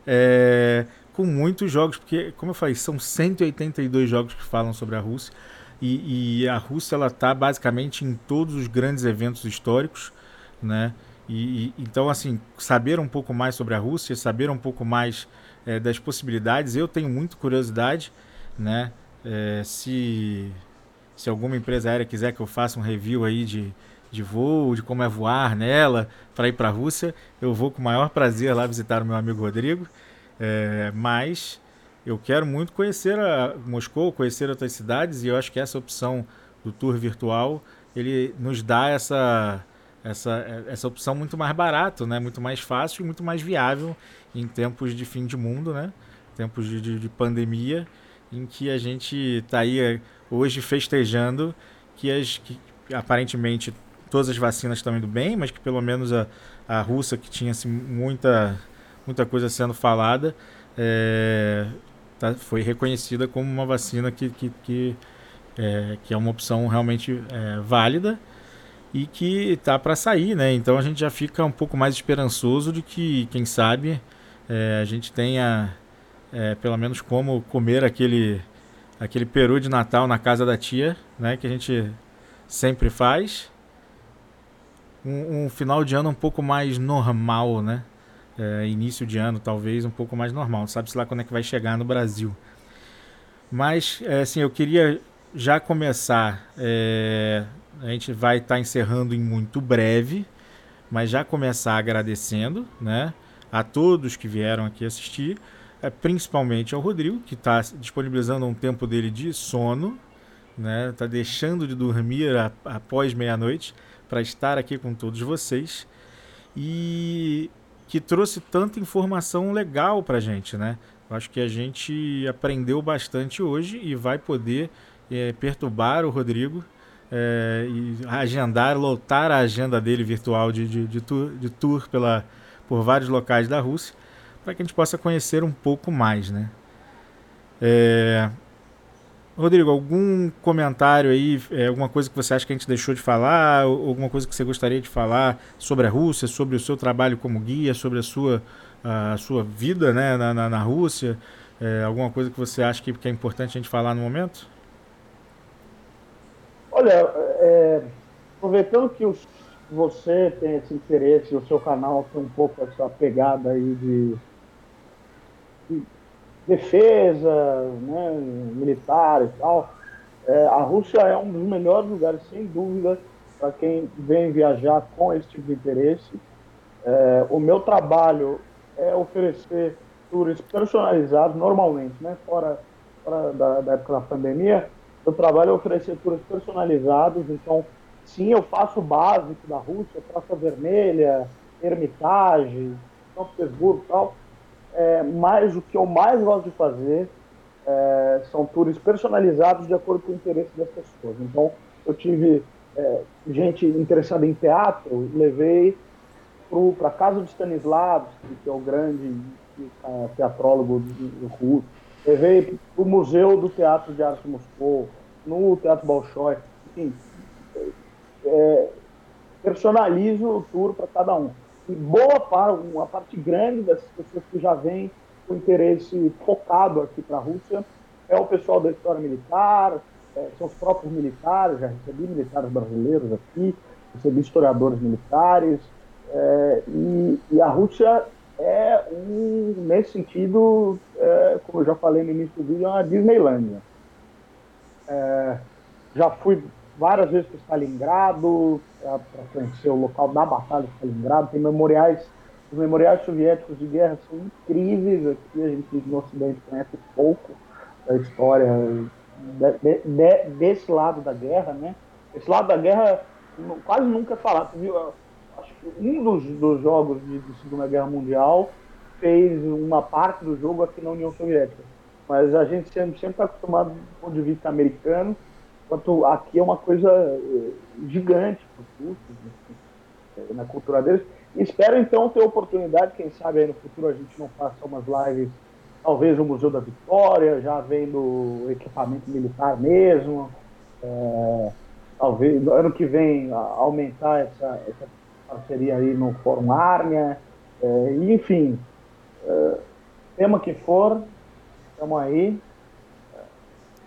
é, com muitos jogos, porque, como eu falei, são cento e oitenta e dois jogos que falam sobre a Rússia. e, e a Rússia ela está basicamente em todos os grandes eventos históricos, né? E, e, então, assim, saber um pouco mais sobre a Rússia, saber um pouco mais é, das possibilidades, eu tenho muita curiosidade, né? É, se, se alguma empresa aérea quiser que eu faça um review aí de, de voo, de como é voar nela para ir para a Rússia, eu vou com o maior prazer lá visitar o meu amigo Rodrigo. É, mas eu quero muito conhecer a Moscou, conhecer outras cidades, e eu acho que essa opção do tour virtual ele nos dá essa essa, essa opção muito mais barato, né? Muito mais fácil e muito mais viável em tempos de fim de mundo, né? Tempos de, de, de pandemia, em que a gente está aí hoje festejando que, as, que aparentemente todas as vacinas estão indo bem, mas que pelo menos a, a Rússia, que tinha assim, muita, muita coisa sendo falada, é, tá, foi reconhecida como uma vacina que, que, que, é, que é uma opção realmente é, válida e que tá para sair, né? Então a gente já fica um pouco mais esperançoso de que, quem sabe, é, a gente tenha é, pelo menos como comer aquele aquele peru de Natal na casa da tia, né? Que a gente sempre faz. Um, um final de ano um pouco mais normal, né? É, início de ano talvez um pouco mais normal. Sabe-se lá quando é que vai chegar no Brasil. Mas, é, assim, eu queria já começar. É, a gente vai estar tá encerrando em muito breve, mas já começar agradecendo, né, a todos que vieram aqui assistir, é, principalmente ao Rodrigo, que está disponibilizando um tempo dele de sono, né, está deixando de dormir a, após meia-noite para estar aqui com todos vocês e que trouxe tanta informação legal para a gente, né? Eu acho que a gente aprendeu bastante hoje e vai poder é, perturbar o Rodrigo é, e agendar, lotar a agenda dele virtual de, de, de, tour, de tour pela, por vários locais da Rússia, para que a gente possa conhecer um pouco mais, né? É, Rodrigo, algum comentário aí, é, alguma coisa que você acha que a gente deixou de falar, ou alguma coisa que você gostaria de falar sobre a Rússia, sobre o seu trabalho como guia, sobre a sua, a sua vida, né, na, na, na Rússia, é, alguma coisa que você acha que, que é importante a gente falar no momento? Olha, é, aproveitando que os, você tem esse interesse, o seu canal tem um pouco essa pegada aí de, de defesa, né, militar e tal, é, a Rússia é um dos melhores lugares, sem dúvida, para quem vem viajar com esse tipo de interesse. É, o meu trabalho é oferecer tours personalizados, normalmente, né, fora, fora da, da época da pandemia, o trabalho é oferecer tours personalizados, então, sim, eu faço o básico da Rússia, Praça Vermelha, Hermitage, São Petersburgo e tal, é, mas o que eu mais gosto de fazer é, são tours personalizados de acordo com o interesse das pessoas. Então, eu tive é, gente interessada em teatro, levei para a casa de Stanislavski, que é o grande teatrólogo russo, levei para o Museu do Teatro de Arte de Moscou, no Teatro Bolshoi, enfim, é, personalizo o tour para cada um. E boa parte, uma parte grande dessas pessoas que já vêm com interesse focado aqui para a Rússia é o pessoal da história militar, é, são os próprios militares, já recebi militares brasileiros aqui, recebi historiadores militares, é, e, e a Rússia é, um, nesse sentido, é, como eu já falei no início do vídeo, é uma Disneylândia. É, já fui várias vezes para Stalingrado, para conhecer o local da Batalha de Stalingrado. Tem memoriais, os memoriais soviéticos de guerra são incríveis. Aqui a gente no Ocidente conhece pouco da história de, de, desse lado da guerra, né? Esse lado da guerra quase nunca é falado. Viu? Acho que um dos, dos jogos de, de Segunda Guerra Mundial fez uma parte do jogo aqui na União Soviética. Mas a gente sempre está acostumado do ponto de vista americano, enquanto aqui é uma coisa gigante para os russos, na cultura deles. E espero então ter oportunidade, quem sabe aí no futuro a gente não faça umas lives, talvez no Museu da Vitória, já vendo equipamento militar mesmo, é, talvez no ano que vem aumentar essa, essa parceria aí no Fórum Armia, é, e enfim, é, tema que for, estamos aí.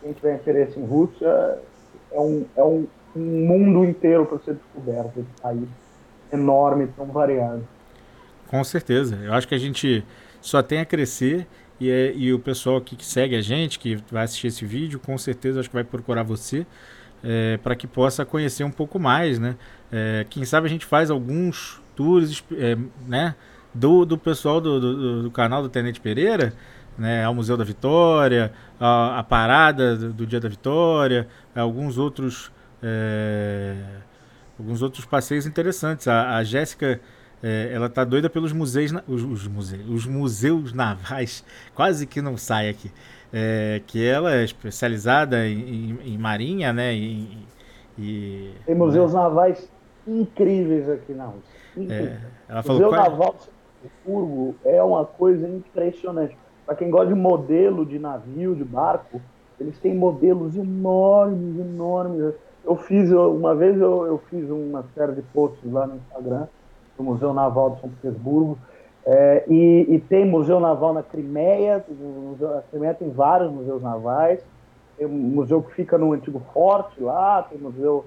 quem tiver interesse em Rússia, é um, é um, um mundo inteiro para ser descoberto, esse país enorme, tão variado. Com certeza. Eu acho que a gente só tem a crescer e, é, e o pessoal aqui que segue a gente, que vai assistir esse vídeo, com certeza acho que vai procurar você é, para que possa conhecer um pouco mais, né? É, quem sabe a gente faz alguns tours, é, né? Do, do pessoal do, do, do canal do Tenente Pereira, né? Ao Museu da Vitória, a, a parada do, do Dia da Vitória, alguns outros é, alguns outros passeios interessantes. A, a Jéssica é, ela tá doida pelos museus, os, os, museus, os museus navais, quase que não sai aqui. É, que ela é especializada em, em, em marinha, né? E, e, Tem né? museus navais incríveis aqui na Rússia. É, Incríveis. ela O falou Museu qual é? Naval de São Petersburgo é uma coisa impressionante. Para quem gosta de modelo de navio, de barco, eles têm modelos enormes, enormes. Eu fiz, uma vez eu, eu fiz uma série de posts lá no Instagram do Museu Naval de São Petersburgo. É, e, e tem museu naval na Crimeia, a Crimeia tem vários museus navais, tem um museu que fica no antigo forte lá, tem museu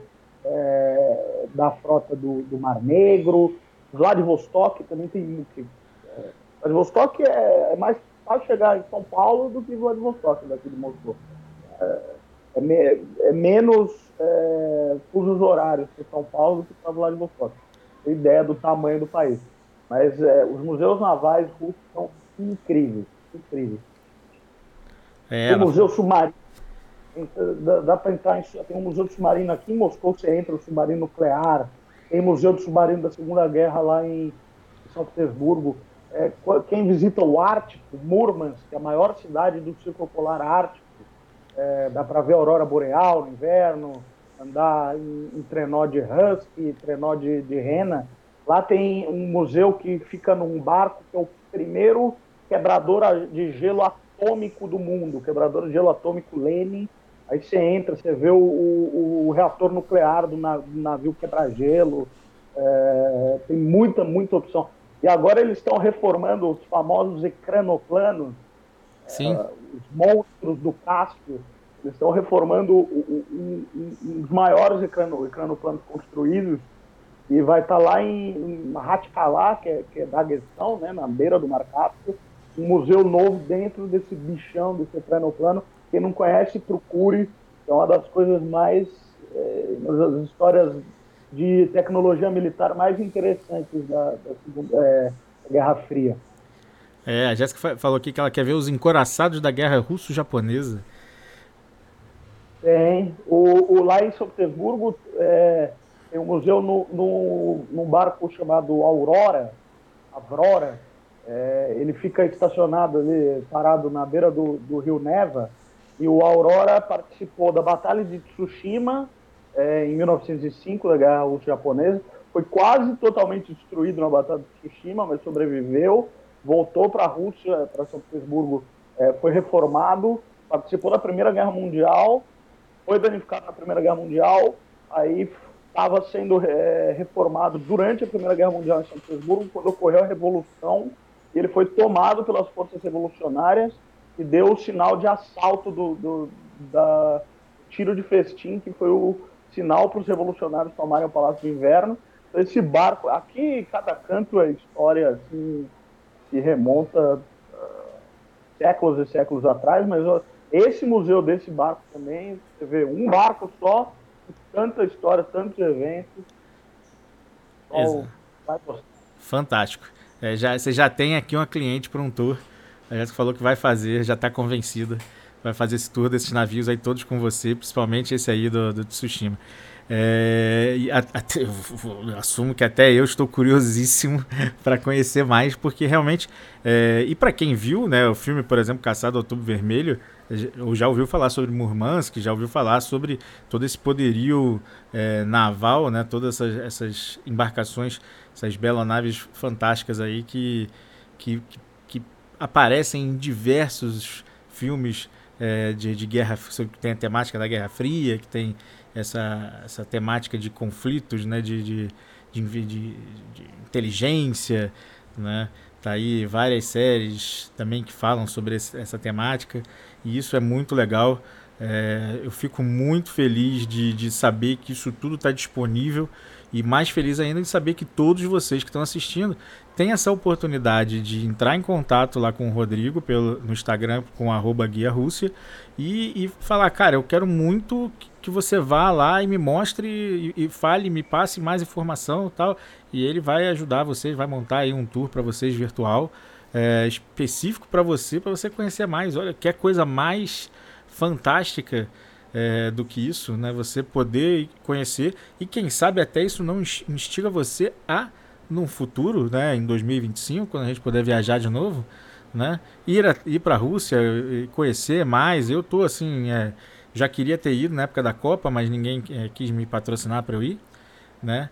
é, da frota do, do Mar Negro, Vladivostok também tem. É, Vladivostok é, é mais fácil chegar em São Paulo do que Vladivostok, daqui de Moscou. É, é, me, é menos é, fusos horários para São Paulo do que para Vladivostok. Tem ideia do tamanho do país. Mas é, os museus navais russos são incríveis, incríveis. É, Tem o ela Museu falou. Submarino, dá, dá para entrar em, tem um museu de submarino aqui em Moscou, você entra, o submarino nuclear, tem museu de submarino da Segunda Guerra lá em, em São Petersburgo. É, quem visita o Ártico, Murmansk, que é a maior cidade do Círculo Polar Ártico, é, dá para ver a aurora boreal no inverno, andar em, em trenó de husky, trenó de, de rena. Lá tem um museu que fica num barco que é o primeiro quebrador de gelo atômico do mundo, quebrador de gelo atômico Lenin. Aí você entra, você vê o, o, o reator nuclear do, na, do navio quebra-gelo. É, tem muita, muita opção. E agora eles estão reformando os famosos ecranoplanos, Sim. é, os monstros do Cáspio. Eles estão reformando um, um, um, os maiores ecrano, ecranoplanos construídos, e vai estar lá em Mahatkalá, que é, que é Daguestão, né, na beira do Mar Cáspio, um museu novo dentro desse bichão, desse ecranoplano. Quem não conhece, procure. É uma das coisas mais, é, das histórias de tecnologia militar mais interessantes da, da, segunda, é, da Guerra Fria. É, a Jéssica falou aqui que ela quer ver os encoraçados da guerra russo-japonesa. Tem. O, o, lá em São Petersburgo é, tem um museu no, no, num barco chamado Aurora, Avrora. É, ele fica estacionado ali, parado na beira do, do rio Neva. E o Aurora participou da Batalha de Tsushima é, em mil novecentos e cinco, da Guerra Russo-Japonesa. Foi quase totalmente destruído na Batalha de Tsushima, mas sobreviveu. Voltou para a Rússia, para São Petersburgo, é, foi reformado, participou da Primeira Guerra Mundial, foi danificado na Primeira Guerra Mundial, aí estava sendo é, reformado durante a Primeira Guerra Mundial em São Petersburgo, quando ocorreu a Revolução, e ele foi tomado pelas forças revolucionárias e deu o sinal de assalto do, do da tiro de festim, que foi o sinal para os revolucionários tomarem o Palácio do Inverno. Então, esse barco, aqui cada canto é história assim, que remonta uh, séculos e séculos atrás, mas uh, esse museu desse barco também, você vê um barco só, tanta história, tantos eventos. Exato. Vai gostar. Fantástico. É, já, você já tem aqui uma cliente para um tour. A Jéssica falou que vai fazer, já está convencida. Vai fazer esse tour desses navios aí todos com você, principalmente esse aí do, do Tsushima. É, e a, até, eu assumo que até eu estou curiosíssimo para conhecer mais, porque realmente, é, e para quem viu, né, o filme, por exemplo, Caçado ao Outubro Vermelho, ou já ouviu falar sobre Murmansk, já ouviu falar sobre todo esse poderio é, naval, né, todas essas, essas embarcações, essas belas naves fantásticas aí que, que, que, que aparecem em diversos filmes é, de, de guerra, que tem a temática da Guerra Fria, que tem essa, essa temática de conflitos, né, de, de, de, de, de inteligência, né? Tá aí várias séries também que falam sobre esse, essa temática, e isso é muito legal. É, eu fico muito feliz de, de saber que isso tudo está disponível e mais feliz ainda de saber que todos vocês que estão assistindo têm essa oportunidade de entrar em contato lá com o Rodrigo pelo, no Instagram com arroba Guia Rússia e, e falar, cara, eu quero muito que você vá lá e me mostre e, e fale, me passe mais informação e tal, e ele vai ajudar vocês, vai montar aí um tour para vocês virtual é, específico para você, para você conhecer mais. Olha, que coisa mais fantástica é, do que isso, né? Você poder conhecer e quem sabe até isso não instiga você a, no futuro, né? Em dois mil e vinte e cinco, quando a gente puder viajar de novo, né? Ir, a, ir para a Rússia e conhecer mais. Eu tô assim, é, já queria ter ido na época da Copa, mas ninguém é, quis me patrocinar para eu ir, né?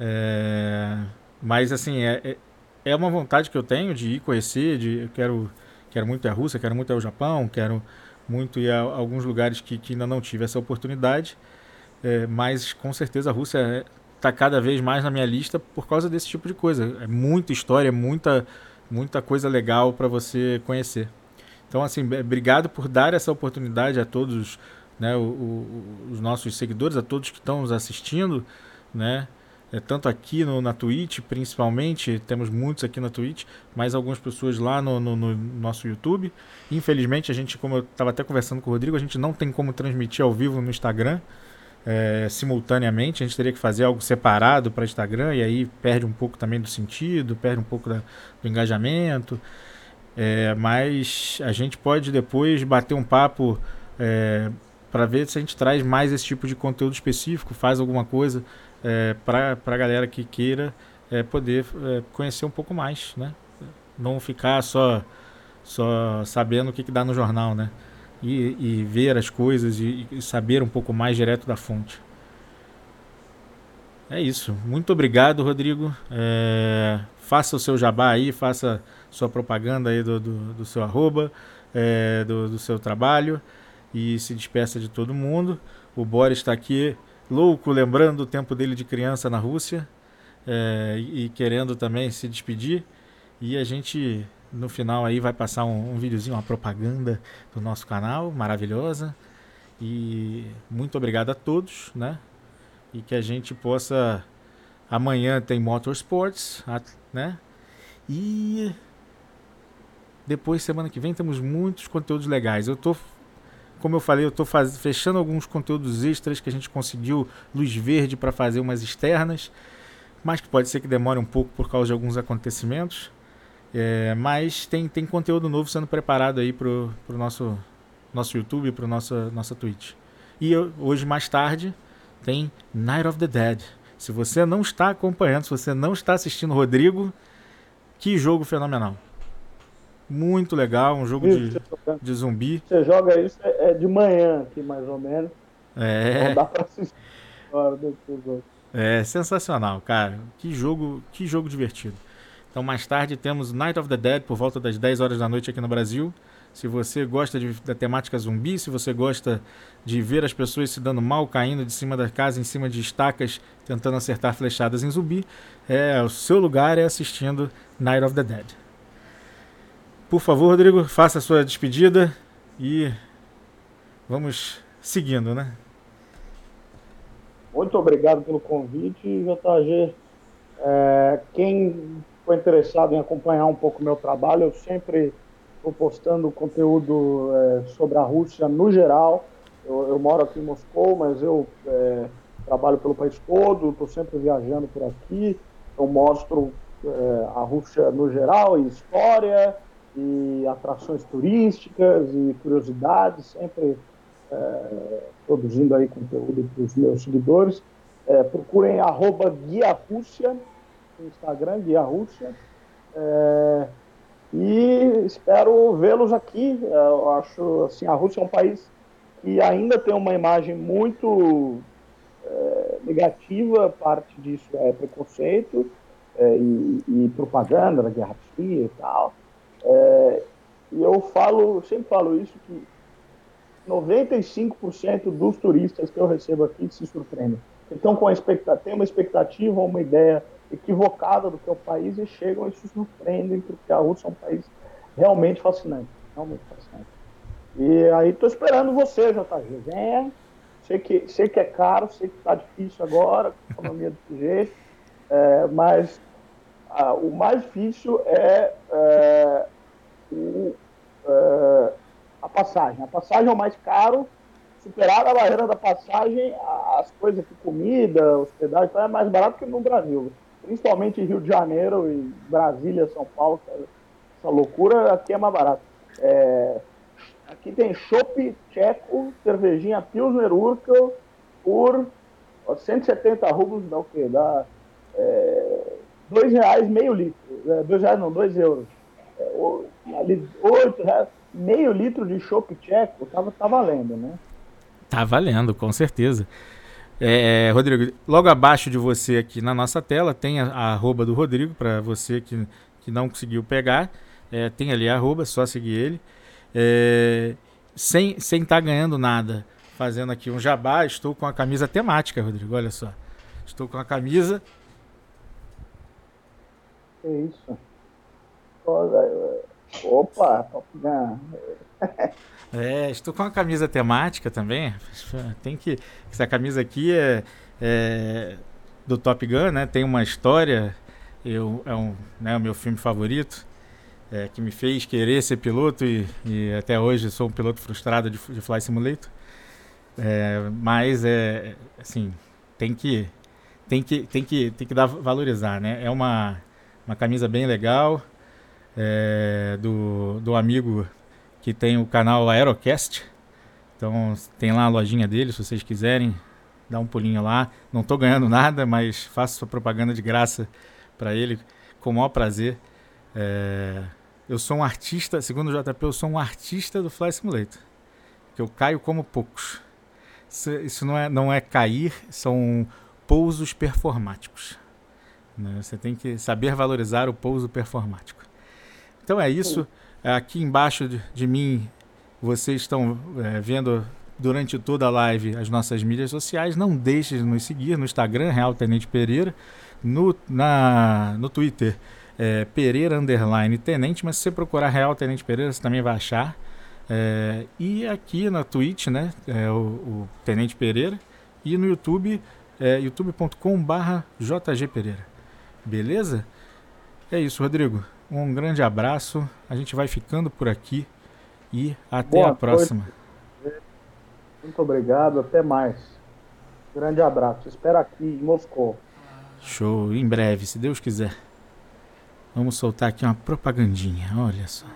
É, mas assim, é, é, é uma vontade que eu tenho de ir conhecer, de eu quero, quero muito ir à Rússia, quero muito ir ao Japão, quero muito ir a alguns lugares que, que ainda não tive essa oportunidade, é, mas com certeza a Rússia está cada vez mais na minha lista por causa desse tipo de coisa. É muita história, muita, muita coisa legal para você conhecer. Então, assim, obrigado por dar essa oportunidade a todos, né, o, o, os nossos seguidores, a todos que estão nos assistindo, né? É, tanto aqui no, na Twitch, principalmente, temos muitos aqui na Twitch, mas algumas pessoas lá no, no, no nosso YouTube. Infelizmente, a gente, como eu estava até conversando com o Rodrigo, a gente não tem como transmitir ao vivo no Instagram é, simultaneamente. A gente teria que fazer algo separado para Instagram e aí perde um pouco também do sentido, perde um pouco da, do engajamento. É, mas a gente pode depois bater um papo é, para ver se a gente traz mais esse tipo de conteúdo específico, faz alguma coisa é, para a galera que queira é, poder é, conhecer um pouco mais, né? Não ficar só, só sabendo o que, que dá no jornal, né? E, e ver as coisas e, e saber um pouco mais direto da fonte. É isso. Muito obrigado, Rodrigo. É, faça o seu jabá aí, faça sua propaganda aí do, do, do seu arroba, é, do, do seu trabalho e se despeça de todo mundo. O Boris está aqui louco, lembrando o tempo dele de criança na Rússia é, e querendo também se despedir. E a gente, no final aí, vai passar um, um videozinho, uma propaganda do nosso canal, maravilhosa. E muito obrigado a todos, né? E que a gente possa... Amanhã tem Motorsports, né? E depois, semana que vem, temos muitos conteúdos legais. Eu tô... Como eu falei, eu estou fechando alguns conteúdos extras que a gente conseguiu luz verde para fazer umas externas, mas que pode ser que demore um pouco por causa de alguns acontecimentos. É, mas tem, tem conteúdo novo sendo preparado aí para o nosso, nosso YouTube, para nossa nossa Twitch. E eu, hoje, mais tarde, tem Night of the Dead. Se você não está acompanhando, se você não está assistindo o Rodrigo, que jogo fenomenal. Muito legal, um jogo de, de zumbi. Você joga isso é de manhã aqui, mais ou menos. É. Não dá pra assistir agora depois. É sensacional, cara. Que jogo, que jogo divertido. Então, mais tarde temos Night of the Dead por volta das dez horas da noite aqui no Brasil. Se você gosta de, da temática zumbi, se você gosta de ver as pessoas se dando mal, caindo de cima da casa, em cima de estacas, tentando acertar flechadas em zumbi, é, o seu lugar é assistindo Night of the Dead. Por favor, Rodrigo, faça a sua despedida e vamos seguindo, né? Muito obrigado pelo convite, J G. É, quem for interessado em acompanhar um pouco o meu trabalho, eu sempre estou postando conteúdo é, sobre a Rússia no geral. Eu, eu moro aqui em Moscou, mas eu é, trabalho pelo país todo, estou sempre viajando por aqui. Eu mostro é, a Rússia no geral, e história, e atrações turísticas, e curiosidades, sempre é, produzindo aí conteúdo para os meus seguidores. É, procurem arroba Guia Rússia no Instagram, Guia Rússia. É, e espero vê-los aqui. Eu acho assim, a Rússia é um país que ainda tem uma imagem muito é, negativa, parte disso é preconceito é, e, e propaganda da Guerra Fria e tal. É, e eu falo, sempre falo isso, que noventa e cinco por cento dos turistas que eu recebo aqui se surpreendem. Então, com a expectativa, tem uma expectativa, uma ideia equivocada do que é o país e chegam e se surpreendem, porque a Rússia é um país realmente fascinante. Realmente fascinante. E aí tô esperando você, J G. Venha. Sei que, sei que é caro, sei que tá difícil agora, com a economia desse jeito, é, mas ah, o mais difícil é, é, o, é, a passagem. A passagem é o mais caro. Superar a barreira da passagem, as coisas aqui, comida, hospedagem, então é mais barato que no Brasil. Principalmente em Rio de Janeiro e Brasília, São Paulo, essa loucura, aqui é mais barato. É, aqui tem chopp tcheco, cervejinha Pilsner Urkel por ó, cento e setenta rublos, dá o quê? Dá é, dois reais meio litro. É, dois reais não, dois euros. É, oito reais, meio litro de chopp tcheco, tá, tá valendo, né? Tá valendo, com certeza. É, Rodrigo, logo abaixo de você aqui na nossa tela tem a, a arroba do Rodrigo, para você que, que não conseguiu pegar. É, tem ali a arroba, só seguir ele. É, sem estar sem tá ganhando nada, fazendo aqui um jabá, estou com a camisa temática, Rodrigo, olha só. Estou com a camisa... Que isso? Opa, Top Gun. É, estou com uma camisa temática também. Tem que. Essa camisa aqui é, é do Top Gun, né? Tem uma história. Eu, é um, né, o meu filme favorito, é, que me fez querer ser piloto e, e até hoje sou um piloto frustrado de, de Flight Simulator. É, mas é assim, tem que, tem que, tem que, tem que dar valorizar, né? É uma, uma camisa bem legal, é, do, do amigo que tem o canal Aerocast. Então tem lá a lojinha dele, se vocês quiserem, dá um pulinho lá. Não estou ganhando nada, mas faço sua propaganda de graça para ele, com o maior prazer. É, eu sou um artista, segundo o J P, eu sou um artista do Flight Simulator, que eu caio como poucos. Isso, isso não, é, não é cair, são pousos performáticos, né? Você tem que saber valorizar o pouso performático. Então é isso. Aqui embaixo de, de mim, vocês estão é, vendo durante toda a live as nossas mídias sociais. Não deixe de nos seguir no Instagram, Real Tenente Pereira, no, na, no Twitter, é, Pereira Underline Tenente, mas se você procurar Real Tenente Pereira, você também vai achar. É, e aqui na Twitch, né, é, o, o Tenente Pereira, e no YouTube, é, youtube ponto com barra J G Pereira. Beleza? É isso, Rodrigo. Um grande abraço. A gente vai ficando por aqui e até Boa a próxima. Noite. Muito obrigado, até mais. Grande abraço. Espero aqui em Moscou. Show, em breve, se Deus quiser. Vamos soltar aqui uma propagandinha, olha só.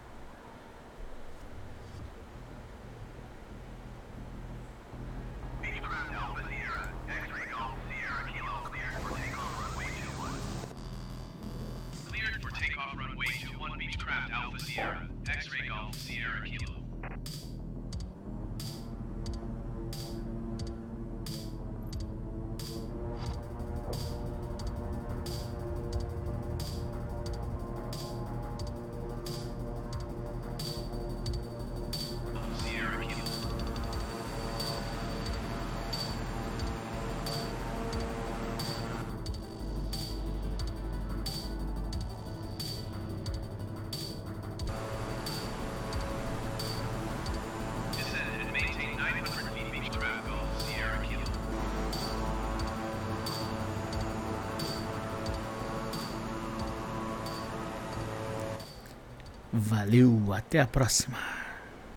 X-Ray Golf Sierra Kilo. Sierra Kilo. Valeu, até a próxima.